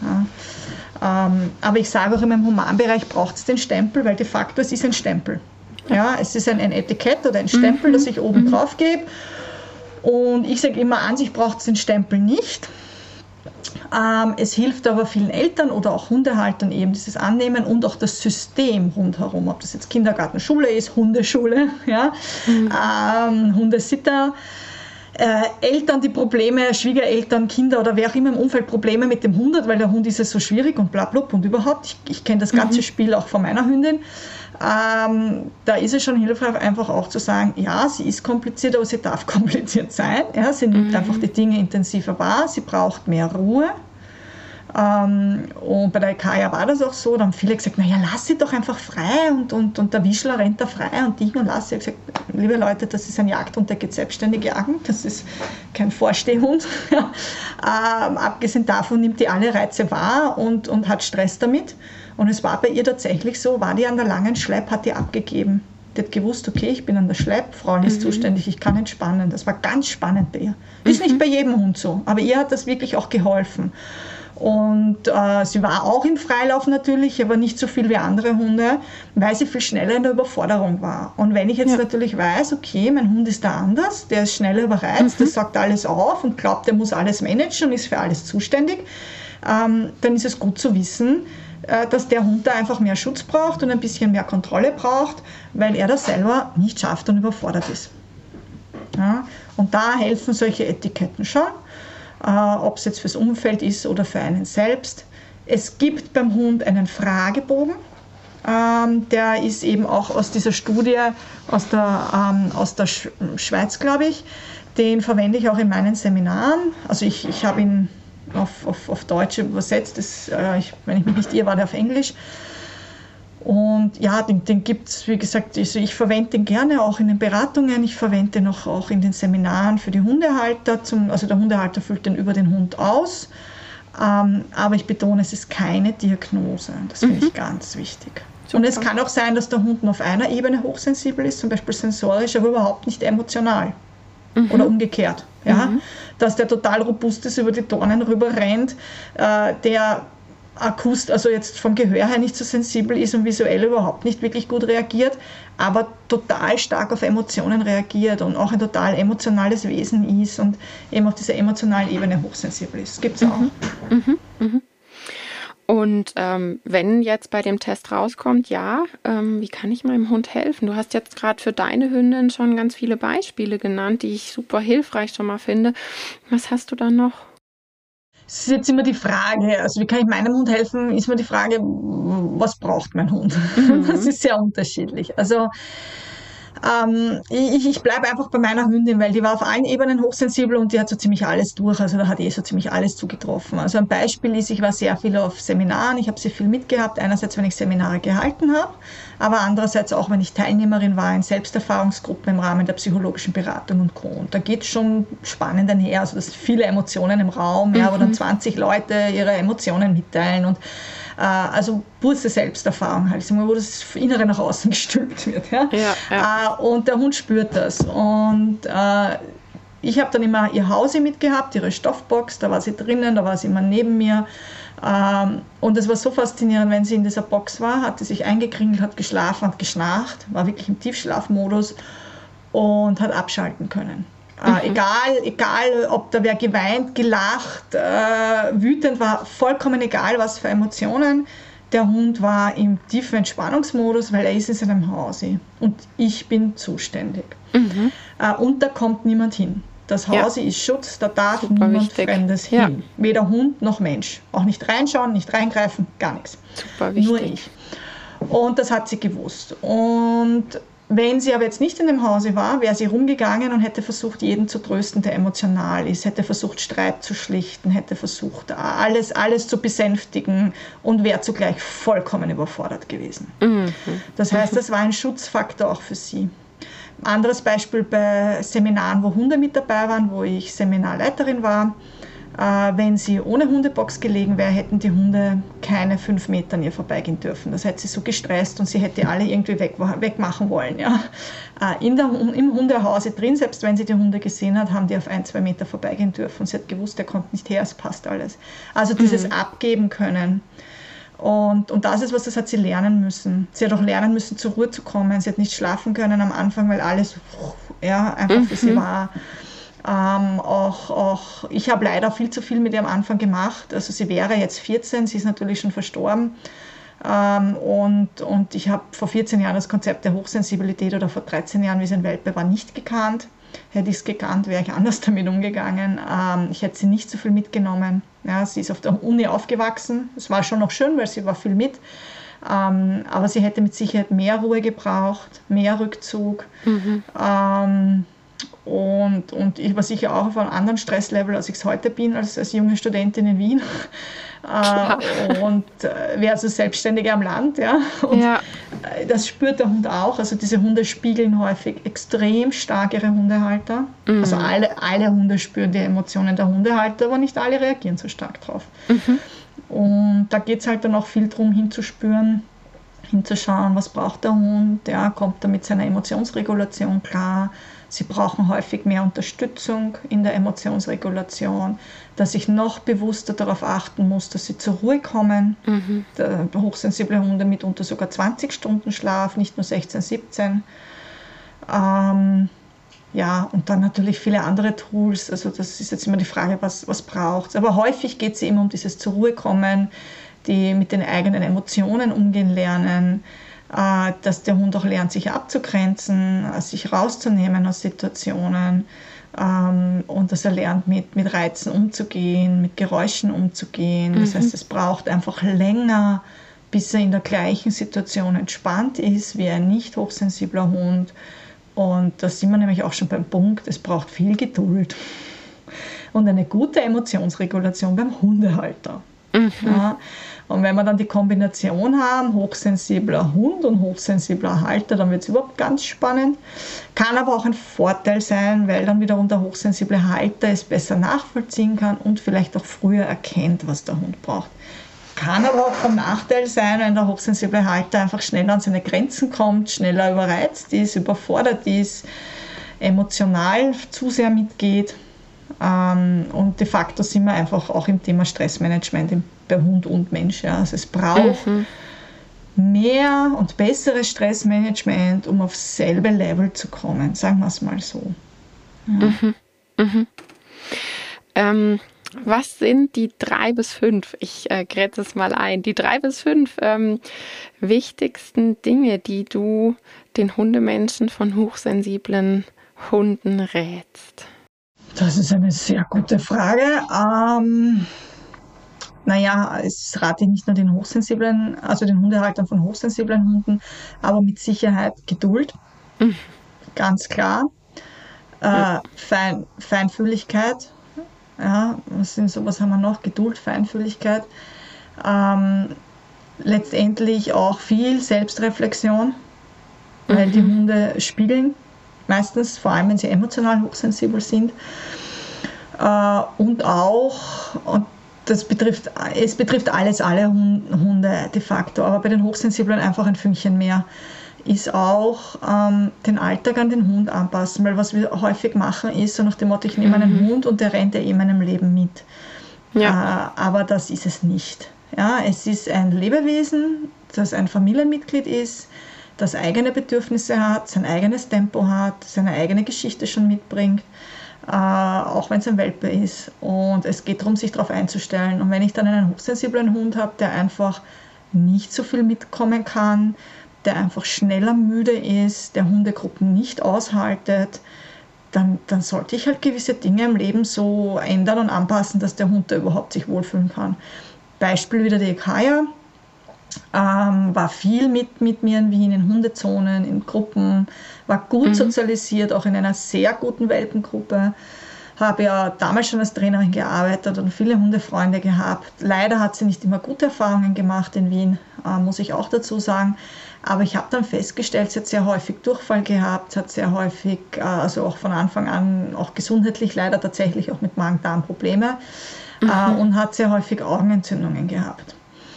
B: Ja. Ähm, aber ich sage auch, in meinem Humanbereich braucht es den Stempel, weil de facto es ist ein Stempel. Ja, es ist ein, ein Etikett oder ein Stempel, mhm. das ich oben mhm. drauf gebe. Und ich sage immer, an sich braucht es den Stempel nicht. Ähm, es hilft aber vielen Eltern oder auch Hundehaltern eben dieses Annehmen und auch das System rundherum, ob das jetzt Kindergarten, Schule ist, Hundeschule, ja, mhm. ähm, Hundesitter, äh, Eltern, die Probleme, Schwiegereltern, Kinder oder wer auch immer im Umfeld Probleme mit dem Hund hat, weil der Hund ist ja so schwierig und blablabla und überhaupt. Ich, ich kenne das ganze mhm. Spiel auch von meiner Hündin. Ähm, da ist es schon hilfreich, einfach auch zu sagen, ja, sie ist kompliziert, aber sie darf kompliziert sein. Ja, sie nimmt mhm. einfach die Dinge intensiver wahr, sie braucht mehr Ruhe. Ähm, und bei der Kaya war das auch so, da haben viele gesagt, naja, lass sie doch einfach frei und, und, und der Wischler rennt da frei und Ding und lass sie. Ich habe gesagt, liebe Leute, das ist ein Jagdhund, der geht selbstständig jagen, das ist kein Vorstehhund. ähm, abgesehen davon nimmt die alle Reize wahr und, und hat Stress damit. Und es war bei ihr tatsächlich so, war die an der langen Schlepp, hat die abgegeben. Die hat gewusst, okay, ich bin an der Schlepp, Frau ist mhm. zuständig, ich kann entspannen. Das war ganz spannend bei ihr. Ist mhm. nicht bei jedem Hund so, aber ihr hat das wirklich auch geholfen. Und äh, sie war auch im Freilauf natürlich, aber nicht so viel wie andere Hunde, weil sie viel schneller in der Überforderung war. Und wenn ich jetzt ja. natürlich weiß, okay, mein Hund ist da anders, der ist schneller überreizt, mhm. der sagt alles auf und glaubt, der muss alles managen und ist für alles zuständig, ähm, dann ist es gut zu wissen, äh, dass der Hund da einfach mehr Schutz braucht und ein bisschen mehr Kontrolle braucht, weil er das selber nicht schafft und überfordert ist. Ja? Und da helfen solche Etiketten schon. Uh, ob es jetzt fürs Umfeld ist oder für einen selbst. Es gibt beim Hund einen Fragebogen, ähm, der ist eben auch aus dieser Studie aus der, ähm, aus der Sch- Schweiz, glaube ich. Den verwende ich auch in meinen Seminaren. Also ich, ich habe ihn auf, auf, auf Deutsch übersetzt, das, äh, ich, wenn ich mich nicht irre, war der auf Englisch. Und ja, den, den gibt es, wie gesagt, also ich verwende den gerne auch in den Beratungen, ich verwende den auch, auch in den Seminaren für die Hundehalter, zum, also der Hundehalter füllt den über den Hund aus, ähm, aber ich betone, es ist keine Diagnose, das finde mhm. ich ganz wichtig. Super. Und es kann auch sein, dass der Hund nur auf einer Ebene hochsensibel ist, zum Beispiel sensorisch, aber überhaupt nicht emotional mhm. oder umgekehrt. Ja? Mhm. Dass der total robust ist, über die Dornen rüber rennt, äh, der Akust, also jetzt vom Gehör her nicht so sensibel ist und visuell überhaupt nicht wirklich gut reagiert, aber total stark auf Emotionen reagiert und auch ein total emotionales Wesen ist und eben auf dieser emotionalen Ebene hochsensibel ist. Gibt es auch.
A: Mhm, mhm, mhm. Und ähm, wenn jetzt bei dem Test rauskommt, ja, ähm, wie kann ich meinem Hund helfen? Du hast jetzt gerade für deine Hündin schon ganz viele Beispiele genannt, die ich super hilfreich schon mal finde. Was hast du dann noch?
B: Es ist jetzt immer die Frage, also wie kann ich meinem Hund helfen, ist immer die Frage, was braucht mein Hund? Mhm. Das ist sehr unterschiedlich. Also ähm, ich, ich bleibe einfach bei meiner Hündin, weil die war auf allen Ebenen hochsensibel und die hat so ziemlich alles durch, also da hat eh so ziemlich alles zugetroffen. Also ein Beispiel ist, ich war sehr viel auf Seminaren, ich habe sehr viel mitgehabt, einerseits, wenn ich Seminare gehalten habe, aber andererseits auch, wenn ich Teilnehmerin war in Selbsterfahrungsgruppen im Rahmen der psychologischen Beratung und Co. Und da geht es schon spannend einher, also das sind viele Emotionen im Raum, mhm. ja, wo dann zwanzig Leute ihre Emotionen mitteilen und äh, also pure Selbsterfahrung halt, wo das Innere nach außen gestülpt wird. Ja? Ja, ja. Äh, und der Hund spürt das. Und äh, ich habe dann immer ihr Hausi mitgehabt, ihre Stoffbox, da war sie drinnen, da war sie immer neben mir. Ähm, und es war so faszinierend, wenn sie in dieser Box war, hat sie sich eingekringelt, hat geschlafen, hat geschnarcht, war wirklich im Tiefschlafmodus und hat abschalten können. Mhm. Äh, egal, egal, ob da wer geweint, gelacht, äh, wütend war, vollkommen egal, was für Emotionen. Der Hund war im tiefen Entspannungsmodus, weil er ist in seinem Hause und ich bin zuständig. Mhm. Äh, und da kommt niemand hin. Das Haus ja. ist Schutz, da darf Super niemand wichtig. Fremdes ja. hin. Weder Hund noch Mensch. Auch nicht reinschauen, nicht reingreifen, gar nichts.
A: Super wichtig.
B: Nur ich. Und das hat sie gewusst. Und wenn sie aber jetzt nicht in dem Hause war, wäre sie rumgegangen und hätte versucht, jeden zu trösten, der emotional ist, hätte versucht, Streit zu schlichten, hätte versucht, alles, alles zu besänftigen und wäre zugleich vollkommen überfordert gewesen. Mhm. Das heißt, das war ein Schutzfaktor auch für sie. Anderes Beispiel bei Seminaren, wo Hunde mit dabei waren, wo ich Seminarleiterin war. Äh, wenn sie ohne Hundebox gelegen wäre, hätten die Hunde keine fünf Meter an ihr vorbeigehen dürfen. Das hätte sie so gestresst und sie hätte alle irgendwie weg, wegmachen wollen. Ja. Äh, in der, im Hundehause drin, selbst wenn sie die Hunde gesehen hat, haben die auf ein, zwei Meter vorbeigehen dürfen. Und sie hat gewusst, der kommt nicht her, es passt alles. Also dieses mhm. Abgeben können. Und, und das ist was, das hat sie lernen müssen. Sie hat auch lernen müssen, zur Ruhe zu kommen. Sie hat nicht schlafen können am Anfang, weil alles ja, einfach mhm. für sie war. Ähm, auch, auch, ich habe leider viel zu viel mit ihr am Anfang gemacht. Also sie wäre jetzt vierzehn, sie ist natürlich schon verstorben. Ähm, und, und ich habe vor vierzehn Jahren das Konzept der Hochsensibilität oder vor dreizehn Jahren, wie sie in Welpe war, nicht gekannt. Hätte ich es gekannt, wäre ich anders damit umgegangen. Ähm, ich hätte sie nicht so viel mitgenommen. Ja, sie ist auf der Uni aufgewachsen. Es war schon noch schön, weil sie war viel mit. Ähm, aber sie hätte mit Sicherheit mehr Ruhe gebraucht, mehr Rückzug. Mhm. Ähm, Und, und ich war sicher auch auf einem anderen Stresslevel, als ich es heute bin, als, als junge Studentin in Wien. Äh, und äh, wäre also Selbstständige am Land. Ja. Und
A: ja.
B: äh, das spürt der Hund auch. Also diese Hunde spiegeln häufig extrem stark ihre Hundehalter. Mhm. Also alle, alle Hunde spüren die Emotionen der Hundehalter, aber nicht alle reagieren so stark drauf. Mhm. Und da geht es halt dann auch viel darum, hinzuspüren, hinzuschauen, was braucht der Hund, ja, kommt er mit seiner Emotionsregulation klar. Sie brauchen häufig mehr Unterstützung in der Emotionsregulation, dass ich noch bewusster darauf achten muss, dass sie zur Ruhe kommen. Mhm. Der, hochsensible Hunde mitunter sogar zwanzig Stunden Schlaf, nicht nur sechzehn, siebzehn. Ähm, ja, und dann natürlich viele andere Tools. Also das ist jetzt immer die Frage, was, was braucht es. Aber häufig geht es immer um dieses zur Ruhe kommen, die mit den eigenen Emotionen umgehen lernen, äh, dass der Hund auch lernt, sich abzugrenzen, äh, sich rauszunehmen aus Situationen ähm, und dass er lernt, mit, mit Reizen umzugehen, mit Geräuschen umzugehen. Das mhm. heißt, es braucht einfach länger, bis er in der gleichen Situation entspannt ist wie ein nicht hochsensibler Hund. Und da sind wir nämlich auch schon beim Punkt, es braucht viel Geduld und eine gute Emotionsregulation beim Hundehalter. Mhm. Ja, und wenn wir dann die Kombination haben, hochsensibler Hund und hochsensibler Halter, dann wird es überhaupt ganz spannend. Kann aber auch ein Vorteil sein, weil dann wiederum der hochsensible Halter es besser nachvollziehen kann und vielleicht auch früher erkennt, was der Hund braucht. Kann aber auch vom Nachteil sein, wenn der hochsensible Halter einfach schneller an seine Grenzen kommt, schneller überreizt ist, überfordert ist, emotional zu sehr mitgeht. Und de facto sind wir einfach auch im Thema Stressmanagement bei Hund und Mensch. Ja. Also es braucht mhm. mehr und besseres Stressmanagement, um aufs selbe Level zu kommen, sagen wir es mal so. Ja.
A: Mhm. Mhm. Ähm, was sind die drei bis fünf, ich äh, grätze es mal ein, die drei bis fünf ähm, wichtigsten Dinge, die du den Hundemenschen von hochsensiblen Hunden rätst?
B: Das ist eine sehr gute Frage. Ähm, naja, es rate ich nicht nur den hochsensiblen, also den Hundehaltern von hochsensiblen Hunden, aber mit Sicherheit Geduld, mhm. ganz klar. Äh, Fein, Feinfühligkeit, ja, was, sind so, was haben wir noch? Geduld, Feinfühligkeit. Ähm, letztendlich auch viel Selbstreflexion, weil mhm. die Hunde spiegeln. Meistens, vor allem wenn sie emotional hochsensibel sind. Äh, und auch, und das betrifft, es betrifft alles, alle Hunde de facto, aber bei den Hochsensiblen einfach ein Fünkchen mehr, ist auch ähm, den Alltag an den Hund anpassen. Weil was wir häufig machen ist, so nach dem Motto, ich nehme einen mhm. Hund und der rennt ja eh meinem Leben mit. Ja. Äh, aber das ist es nicht. Ja, es ist ein Lebewesen, das ein Familienmitglied ist, das eigene Bedürfnisse hat, sein eigenes Tempo hat, seine eigene Geschichte schon mitbringt, äh, auch wenn es ein Welpe ist. Und es geht darum, sich darauf einzustellen. Und wenn ich dann einen hochsensiblen Hund habe, der einfach nicht so viel mitkommen kann, der einfach schneller müde ist, der Hundegruppen nicht aushaltet, dann, dann sollte ich halt gewisse Dinge im Leben so ändern und anpassen, dass der Hund da überhaupt sich wohlfühlen kann. Beispiel wieder die Ekaya. Ähm, war viel mit, mit mir in Wien, in Hundezonen, in Gruppen, war gut mhm. sozialisiert, auch in einer sehr guten Welpengruppe. Habe ja damals schon als Trainerin gearbeitet und viele Hundefreunde gehabt. Leider hat sie nicht immer gute Erfahrungen gemacht in Wien, äh, muss ich auch dazu sagen. Aber ich habe dann festgestellt, sie hat sehr häufig Durchfall gehabt, sie hat sehr häufig, äh, also auch von Anfang an, auch gesundheitlich leider tatsächlich auch mit Magen-Darm-Probleme mhm. äh, und hat sehr häufig Augenentzündungen gehabt.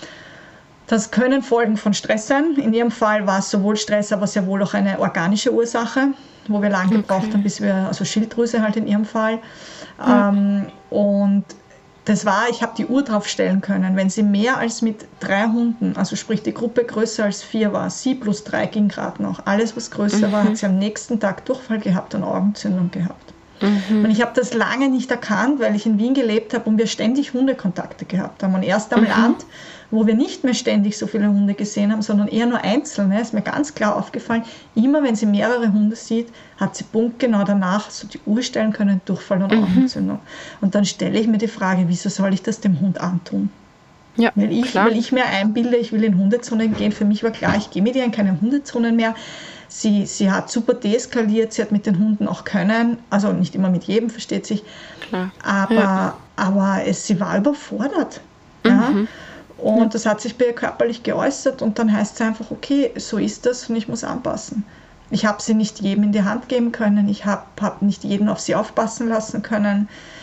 B: Das können Folgen von Stress sein. In ihrem Fall war es sowohl Stress, aber sehr wohl auch eine organische Ursache, wo wir lange gebraucht okay. haben, bis wir, also Schilddrüse halt in ihrem Fall. Ja. Ähm, und das war, ich habe die Uhr drauf stellen können, wenn sie mehr als mit drei Hunden, also sprich die Gruppe größer als vier war, sie plus drei ging gerade noch, alles was größer mhm. war, hat sie am nächsten Tag Durchfall gehabt und Augenentzündung gehabt. Mhm. Und ich habe das lange nicht erkannt, weil ich in Wien gelebt habe und wir ständig Hundekontakte gehabt haben. Und erst am mhm. Land, wo wir nicht mehr ständig so viele Hunde gesehen haben, sondern eher nur einzelne, ist mir ganz klar aufgefallen, immer wenn sie mehrere Hunde sieht, hat sie punktgenau danach so die Uhr stellen können, Durchfall und mhm. Augenentzündung. Und dann stelle ich mir die Frage, wieso soll ich das dem Hund antun? Ja, weil, ich, weil ich mir einbilde, ich will in Hundezonen gehen. Für mich war klar, ich gehe mit ihr in keine Hundezonen mehr. Sie, sie hat super deeskaliert, sie hat mit den Hunden auch können, also nicht immer mit jedem, versteht sich,
A: Klar.
B: aber,
A: Ja.
B: aber es, sie war überfordert. Ja?
A: Mhm.
B: Und
A: Ja.
B: das hat sich bei ihr körperlich geäußert und dann heißt es einfach, okay, so ist das und ich muss anpassen. Ich habe sie nicht jedem in die Hand geben können, ich habe hab nicht jeden auf sie aufpassen lassen können.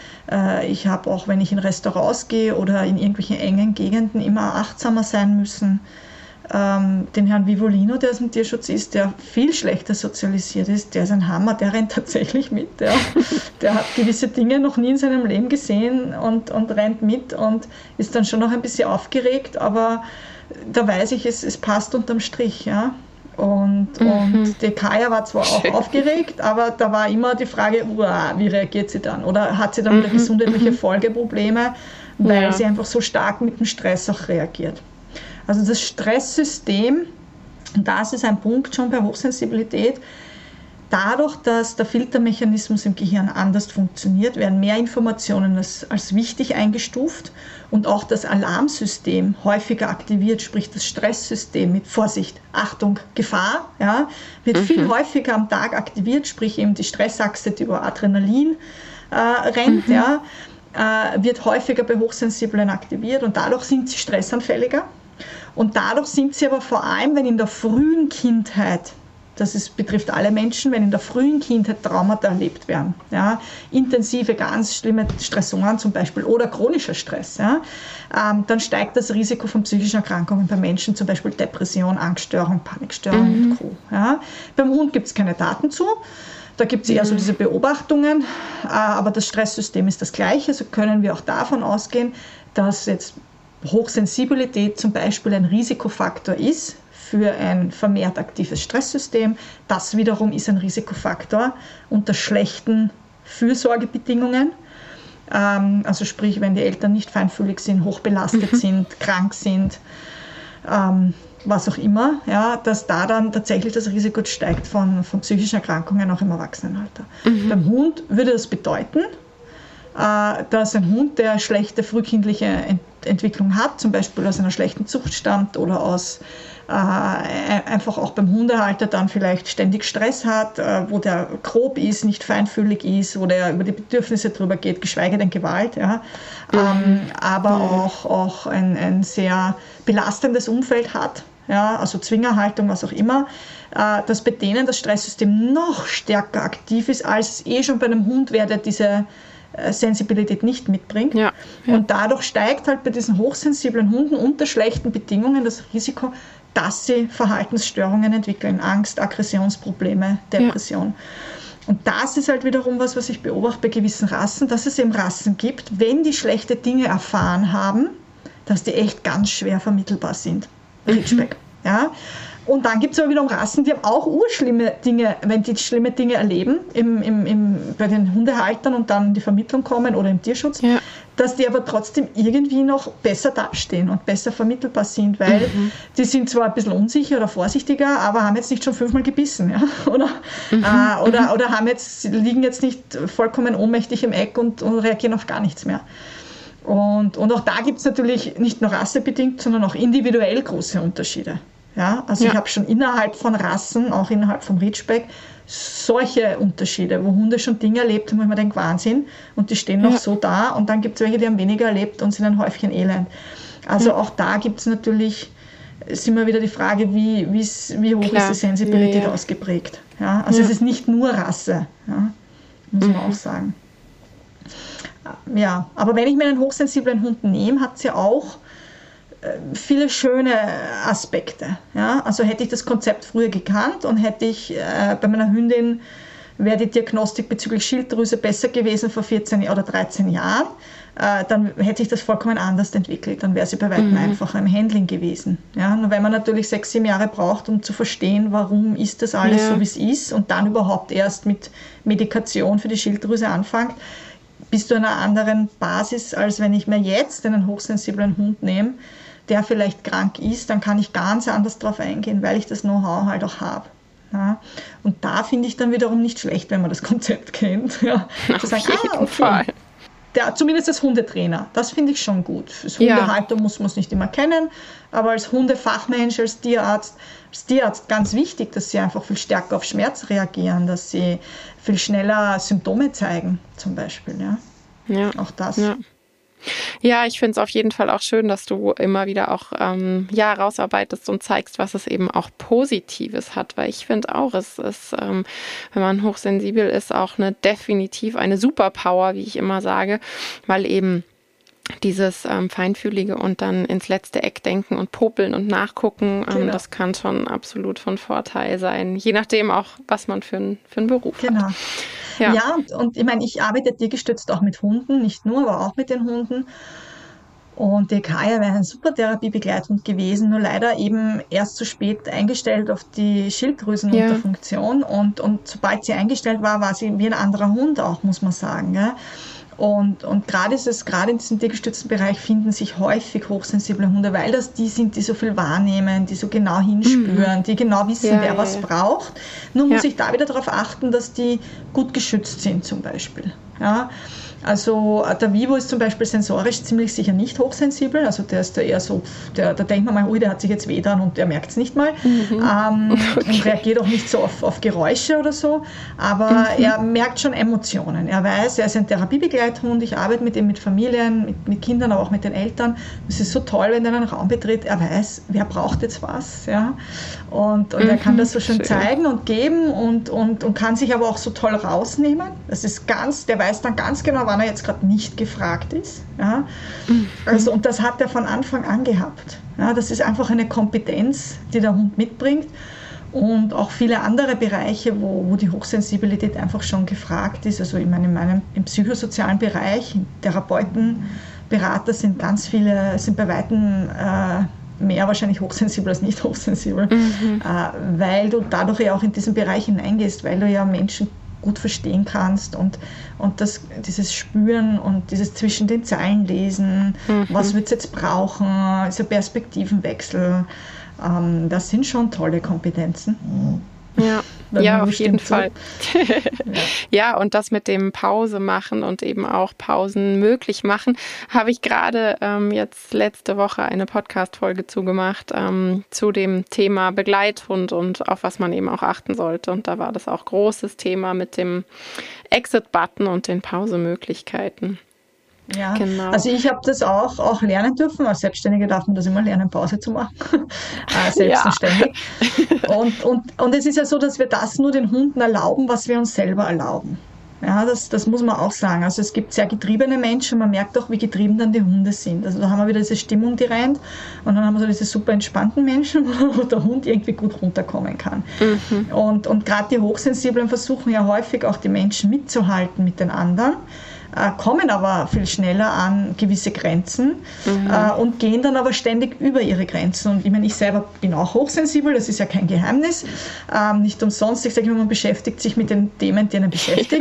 B: Ich habe auch, wenn ich in Restaurants gehe oder in irgendwelchen engen Gegenden, immer achtsamer sein müssen. Ähm, den Herrn Vivolino, der aus dem Tierschutz ist, der viel schlechter sozialisiert ist, der ist ein Hammer, der rennt tatsächlich mit. Der, der hat gewisse Dinge noch nie in seinem Leben gesehen und, und rennt mit und ist dann schon noch ein bisschen aufgeregt, aber da weiß ich, es, es passt unterm Strich. Ja? Und, mhm. und die Kaya war zwar auch aufgeregt, aber da war immer die Frage, uah, wie reagiert sie dann? Oder hat sie dann wieder gesundheitliche Folgeprobleme, weil ja. sie einfach so stark mit dem Stress auch reagiert. Also das Stresssystem, und das ist ein Punkt schon bei Hochsensibilität, dadurch, dass der Filtermechanismus im Gehirn anders funktioniert, werden mehr Informationen als, als wichtig eingestuft und auch das Alarmsystem häufiger aktiviert, sprich das Stresssystem mit Vorsicht, Achtung, Gefahr, ja, wird mhm. viel häufiger am Tag aktiviert, sprich eben die Stressachse, die über Adrenalin äh, rennt, mhm. ja, äh, wird häufiger bei Hochsensiblen aktiviert und dadurch sind sie stressanfälliger und dadurch sind sie aber vor allem, wenn in der frühen Kindheit, das ist, betrifft alle Menschen, wenn in der frühen Kindheit Traumata erlebt werden. Ja, intensive, ganz schlimme Stressoren zum Beispiel oder chronischer Stress. Ja, ähm, dann steigt das Risiko von psychischen Erkrankungen bei Menschen, zum Beispiel Depression, Angststörung, Panikstörung mhm. und Co. Ja, beim Hund gibt es keine Daten zu. Da gibt es eher so diese Beobachtungen, äh, aber das Stresssystem ist das gleiche. So können wir auch davon ausgehen, dass jetzt Hochsensibilität zum Beispiel ein Risikofaktor ist für ein vermehrt aktives Stresssystem. Das wiederum ist ein Risikofaktor unter schlechten Fürsorgebedingungen. Ähm, also sprich, wenn die Eltern nicht feinfühlig sind, hochbelastet mhm. sind, krank sind, ähm, was auch immer, ja, dass da dann tatsächlich das Risiko steigt von, von psychischen Erkrankungen auch im Erwachsenenalter. Mhm. Beim Hund würde das bedeuten, äh, dass ein Hund, der schlechte frühkindliche Ent- Entwicklung hat, zum Beispiel aus einer schlechten Zucht stammt oder aus äh, einfach auch beim Hundehalter dann vielleicht ständig Stress hat, äh, wo der grob ist, nicht feinfühlig ist, wo der über die Bedürfnisse drüber geht, geschweige denn Gewalt, ja. Mhm. Ähm, aber mhm. auch, auch ein, ein sehr belastendes Umfeld hat, ja, also Zwingerhaltung, was auch immer, äh, dass bei denen das Stresssystem noch stärker aktiv ist, als es eh schon bei einem Hund wäre, der diese Sensibilität nicht mitbringt. Ja, ja. Und dadurch steigt halt bei diesen hochsensiblen Hunden unter schlechten Bedingungen das Risiko, dass sie Verhaltensstörungen entwickeln, Angst, Aggressionsprobleme, Depression. Ja. Und das ist halt wiederum was, was ich beobachte bei gewissen Rassen, dass es eben Rassen gibt, wenn die schlechte Dinge erfahren haben, dass die echt ganz schwer vermittelbar sind. Ridgeback. Mhm. Ja. Und dann gibt es aber wiederum Rassen, die haben auch urschlimme Dinge, wenn die schlimme Dinge erleben, im, im, im, bei den Hundehaltern und dann in die Vermittlung kommen oder im Tierschutz, ja. dass die aber trotzdem irgendwie noch besser dastehen und besser vermittelbar sind, weil mhm. die sind zwar ein bisschen unsicher oder vorsichtiger, aber haben jetzt nicht schon fünfmal gebissen, ja? oder, mhm. äh, oder, oder haben jetzt, liegen jetzt nicht vollkommen ohnmächtig im Eck und, und reagieren auf gar nichts mehr. Und, und auch da gibt es natürlich nicht nur rassebedingt, sondern auch individuell große Unterschiede. Ja, also ja. ich habe schon innerhalb von Rassen, auch innerhalb vom Ridgeback, solche Unterschiede, wo Hunde schon Dinge erlebt haben, wo ich mir denke, Wahnsinn, und die stehen noch ja. so da, und dann gibt es welche, die haben weniger erlebt und sind ein Häufchen Elend. Also ja. auch da gibt es natürlich, ist immer wieder die Frage, wie, wie hoch Klar. ist die Sensibilität ja, ja. ausgeprägt. Ja, also ja. es ist nicht nur Rasse, ja, muss mhm. man auch sagen. Ja, aber wenn ich mir einen hochsensiblen Hund nehme, hat es ja auch viele schöne Aspekte. Ja? Also hätte ich das Konzept früher gekannt und hätte ich äh, bei meiner Hündin, wäre die Diagnostik bezüglich Schilddrüse besser gewesen vor vierzehn oder dreizehn Jahren, äh, dann hätte ich das vollkommen anders entwickelt. Dann wäre sie bei weitem mhm. einfacher im Handling gewesen. Ja? Nur wenn man natürlich sechs, sieben Jahre braucht, um zu verstehen, warum ist das alles ja. so, wie es ist, und dann überhaupt erst mit Medikation für die Schilddrüse anfängt, bist du an einer anderen Basis, als wenn ich mir jetzt einen hochsensiblen Hund nehme, der vielleicht krank ist, dann kann ich ganz anders drauf eingehen, weil ich das Know-how halt auch habe. Ja, und da finde ich dann wiederum nicht schlecht, wenn man das Konzept kennt. Ja,
A: Auf
B: zu sagen,
A: jeden
B: ah, okay,
A: Fall.
B: der, zumindest als Hundetrainer. Das finde ich schon gut. Als Hundehalter ja. muss man es nicht immer kennen, aber als Hundefachmensch, als Tierarzt, als Tierarzt ganz wichtig, dass sie einfach viel stärker auf Schmerz reagieren, dass sie viel schneller Symptome zeigen, zum Beispiel. Ja,
A: ja.
B: Auch das.
A: Ja. Ja, ich finde es auf jeden Fall auch schön, dass du immer wieder auch ähm, ja, rausarbeitest und zeigst, was es eben auch Positives hat, weil ich finde auch, es ist, ähm, wenn man hochsensibel ist, auch eine definitiv eine Superpower, wie ich immer sage, weil eben dieses ähm, Feinfühlige und dann ins letzte Eck denken und popeln und nachgucken, ähm, genau. das kann schon absolut von Vorteil sein, je nachdem auch, was man für, ein, für einen Beruf
B: genau.
A: hat.
B: Ja, ja und, und ich meine, ich arbeite tiergestützt auch mit Hunden, nicht nur, aber auch mit den Hunden. Und die Kaya wäre ein super Therapiebegleithund gewesen, nur leider eben erst zu spät eingestellt auf die Schilddrüsenunterfunktion. Ja. Und, und sobald sie eingestellt war, war sie wie ein anderer Hund auch, muss man sagen. Gell? Und, und gerade ist es, gerade in diesem tiergestützten Bereich finden sich häufig hochsensible Hunde, weil das die sind, die so viel wahrnehmen, die so genau hinspüren, mhm. die genau wissen, ja, wer ja, was ja. braucht. Nur muss ja. ich da wieder darauf achten, dass die gut geschützt sind zum Beispiel. Ja, also der Vivo ist zum Beispiel sensorisch ziemlich sicher nicht hochsensibel, also der ist da eher so, der, da denkt man mal, ui, der hat sich jetzt weh dran und der merkt es nicht mal mhm. ähm, okay. und reagiert auch nicht so auf, auf Geräusche oder so, aber mhm. er merkt schon Emotionen. Er weiß, er ist ein Therapiebegleithund, ich arbeite mit ihm, mit Familien, mit, mit Kindern, aber auch mit den Eltern. Es ist so toll, wenn er einen Raum betritt, er weiß, wer braucht jetzt was, ja, und, und mhm. er kann das so schön, schön zeigen und geben und, und, und kann sich aber auch so toll rausnehmen. Das ist ganz, der weiß dann ganz genau, wann er jetzt gerade nicht gefragt ist. Ja. Mhm. Also, und das hat er von Anfang an gehabt. Ja, das ist einfach eine Kompetenz, die der Hund mitbringt. Und auch viele andere Bereiche, wo, wo die Hochsensibilität einfach schon gefragt ist. Also ich meine, in meinem im psychosozialen Bereich, Therapeuten, Berater sind ganz viele, sind bei Weitem äh, mehr wahrscheinlich hochsensibel als nicht hochsensibel, mhm. äh, weil du dadurch ja auch in diesen Bereich hineingehst, weil du ja Menschen gut verstehen kannst und, und das, dieses Spüren und dieses zwischen den Zeilen lesen, mhm. was wird es jetzt brauchen, ist ein Perspektivenwechsel, ähm, das sind schon tolle Kompetenzen.
A: Ja, ja auf jeden Fall. So. ja. ja, und das mit dem Pause machen und eben auch Pausen möglich machen, habe ich gerade ähm, jetzt letzte Woche eine Podcast-Folge zugemacht ähm, zu dem Thema Begleithund und auf was man eben auch achten sollte. Und da war das auch großes Thema mit dem Exit-Button und den Pausemöglichkeiten.
B: Ja, genau. Also ich habe das auch, auch lernen dürfen. Als Selbstständige darf man das immer lernen, Pause zu machen. äh, selbstständig. Ja. Und, und, und es ist ja so, dass wir das nur den Hunden erlauben, was wir uns selber erlauben. Ja, das, das muss man auch sagen. Also es gibt sehr getriebene Menschen, man merkt auch, wie getrieben dann die Hunde sind. Also da haben wir wieder diese Stimmung, die rennt, und dann haben wir so diese super entspannten Menschen, wo der Hund irgendwie gut runterkommen kann. Mhm. Und, und gerade die Hochsensiblen versuchen ja häufig auch die Menschen mitzuhalten mit den anderen, äh, kommen aber viel schneller an gewisse Grenzen mhm. äh, und gehen dann aber ständig über ihre Grenzen. Und ich meine, ich selber bin auch hochsensibel, das ist ja kein Geheimnis. Ähm, nicht umsonst, ich sage immer, man beschäftigt sich mit den Themen, die einen beschäftigen.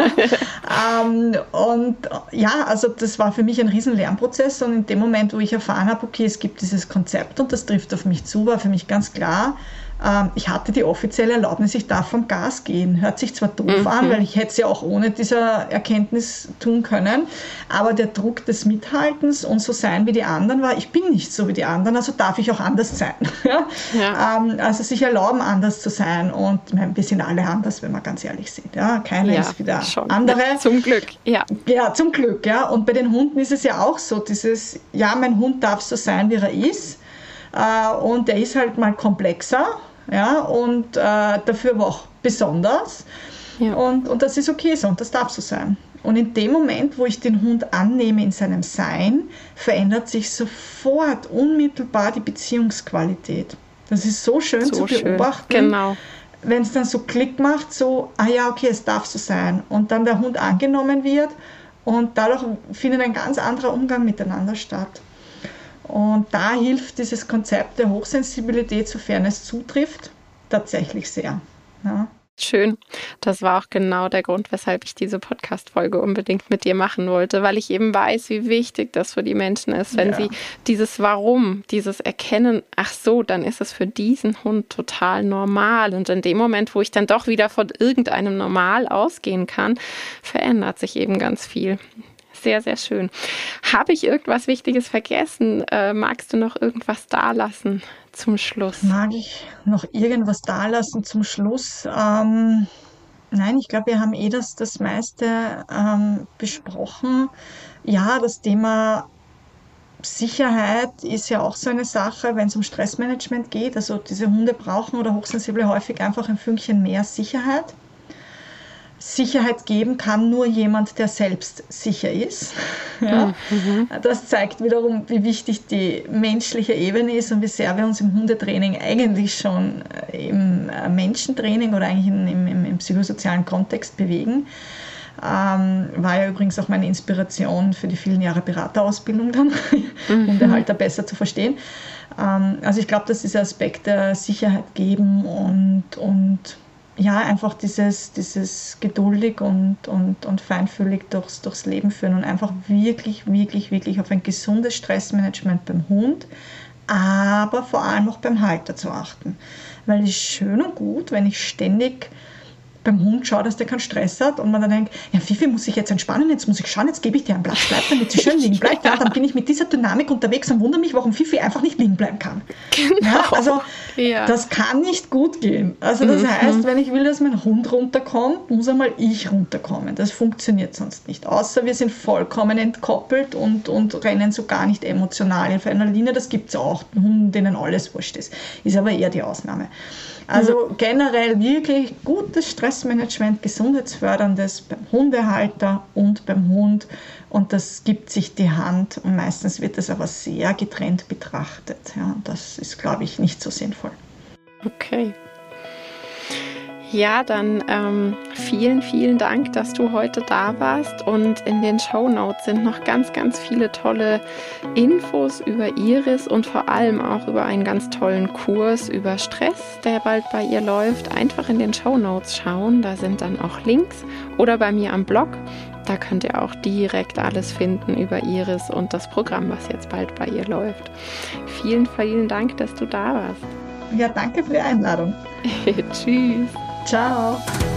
B: ähm, und ja, also das war für mich ein riesen Lernprozess, und in dem Moment, wo ich erfahren habe, okay, es gibt dieses Konzept und das trifft auf mich zu, war für mich ganz klar, ähm, ich hatte die offizielle Erlaubnis, ich darf vom Gas gehen. Hört sich zwar doof mhm. an, weil ich hätte es ja auch ohne diese Erkenntnis tun können, aber der Druck des Mithaltens und so sein wie die anderen war, ich bin nicht so wie die anderen, also darf ich auch anders sein. ja? Ja. Ähm, also sich erlauben, anders zu sein, und ich meine, wir sind alle anders, wenn wir ganz ehrlich sind. Ja? Keiner ja, ist wie der schon. andere.
A: Ja, zum Glück, ja.
B: Ja, zum Glück. Ja. Und bei den Hunden ist es ja auch so, dieses, ja, mein Hund darf so sein, wie er ist, äh, und der ist halt mal komplexer, ja, und äh, dafür aber auch besonders. Ja. Und, und das ist okay so, und das darf so sein. Und in dem Moment, wo ich den Hund annehme in seinem Sein, verändert sich sofort unmittelbar die Beziehungsqualität. Das ist so schön so zu beobachten.
A: Schön. Genau.
B: Wenn es dann so Klick macht, so, ah ja, okay, es darf so sein. Und dann der Hund angenommen wird, und dadurch findet ein ganz anderer Umgang miteinander statt. Und da hilft dieses Konzept der Hochsensibilität, sofern es zutrifft, tatsächlich sehr. Ja.
A: Schön. Das war auch genau der Grund, weshalb ich diese Podcast-Folge unbedingt mit dir machen wollte, weil ich eben weiß, wie wichtig das für die Menschen ist, wenn ja. sie dieses Warum, dieses Erkennen, ach so, dann ist es für diesen Hund total normal. Und in dem Moment, wo ich dann doch wieder von irgendeinem Normal ausgehen kann, verändert sich eben ganz viel. Sehr, sehr schön. Habe ich irgendwas Wichtiges vergessen? Äh, magst du noch irgendwas dalassen zum Schluss?
B: Mag ich noch irgendwas dalassen zum Schluss? Ähm, nein, ich glaube, wir haben eh das, das meiste ähm, besprochen. Ja, das Thema Sicherheit ist ja auch so eine Sache, wenn es um Stressmanagement geht. Also diese Hunde brauchen oder Hochsensible häufig einfach ein Fünkchen mehr Sicherheit. Sicherheit geben kann nur jemand, der selbst sicher ist. Ja? Mhm. Das zeigt wiederum, wie wichtig die menschliche Ebene ist und wie sehr wir uns im Hundetraining eigentlich schon im Menschentraining oder eigentlich im, im, im psychosozialen Kontext bewegen. Ähm, war ja übrigens auch meine Inspiration für die vielen Jahre Beraterausbildung dann, mhm. Hundehalter besser zu verstehen. Ähm, also ich glaube, dass dieser Aspekt der Sicherheit geben und, und ja, einfach dieses, dieses geduldig und, und, und feinfühlig durchs, durchs Leben führen und einfach wirklich, wirklich, wirklich auf ein gesundes Stressmanagement beim Hund, aber vor allem auch beim Halter zu achten. Weil es ist schön und gut, wenn ich ständig beim Hund schaue, dass der keinen Stress hat und man dann denkt, ja, Fifi muss ich jetzt entspannen, jetzt muss ich schauen, jetzt gebe ich dir einen Platz, bleib, damit sie schön liegen bleibt. Ja, dann bin ich mit dieser Dynamik unterwegs und wundere mich, warum Fifi einfach nicht liegen bleiben kann. Genau. Ja, also ja. Das kann nicht gut gehen. Also das mhm. heißt, wenn ich will, dass mein Hund runterkommt, muss einmal ich runterkommen. Das funktioniert sonst nicht. Außer wir sind vollkommen entkoppelt und, und rennen so gar nicht emotional auf einer Linie. Das gibt es auch, Hunden, denen alles wurscht ist. Ist aber eher die Ausnahme. Also mhm. generell wirklich gutes Stressmanagement, gesundheitsförderndes beim Hundehalter und beim Hund. Und das gibt sich die Hand und meistens wird das aber sehr getrennt betrachtet. Ja, das ist, glaube ich, nicht so sinnvoll.
A: Okay. Ja, dann ähm, vielen, vielen Dank, dass du heute da warst und in den Shownotes sind noch ganz, ganz viele tolle Infos über Iris und vor allem auch über einen ganz tollen Kurs über Stress, der bald bei ihr läuft. Einfach in den Shownotes schauen, da sind dann auch Links oder bei mir am Blog. Da könnt ihr auch direkt alles finden über Iris und das Programm, was jetzt bald bei ihr läuft. Vielen, vielen Dank, dass du da warst.
B: Ja, danke für die Einladung.
A: Tschüss.
B: Ciao.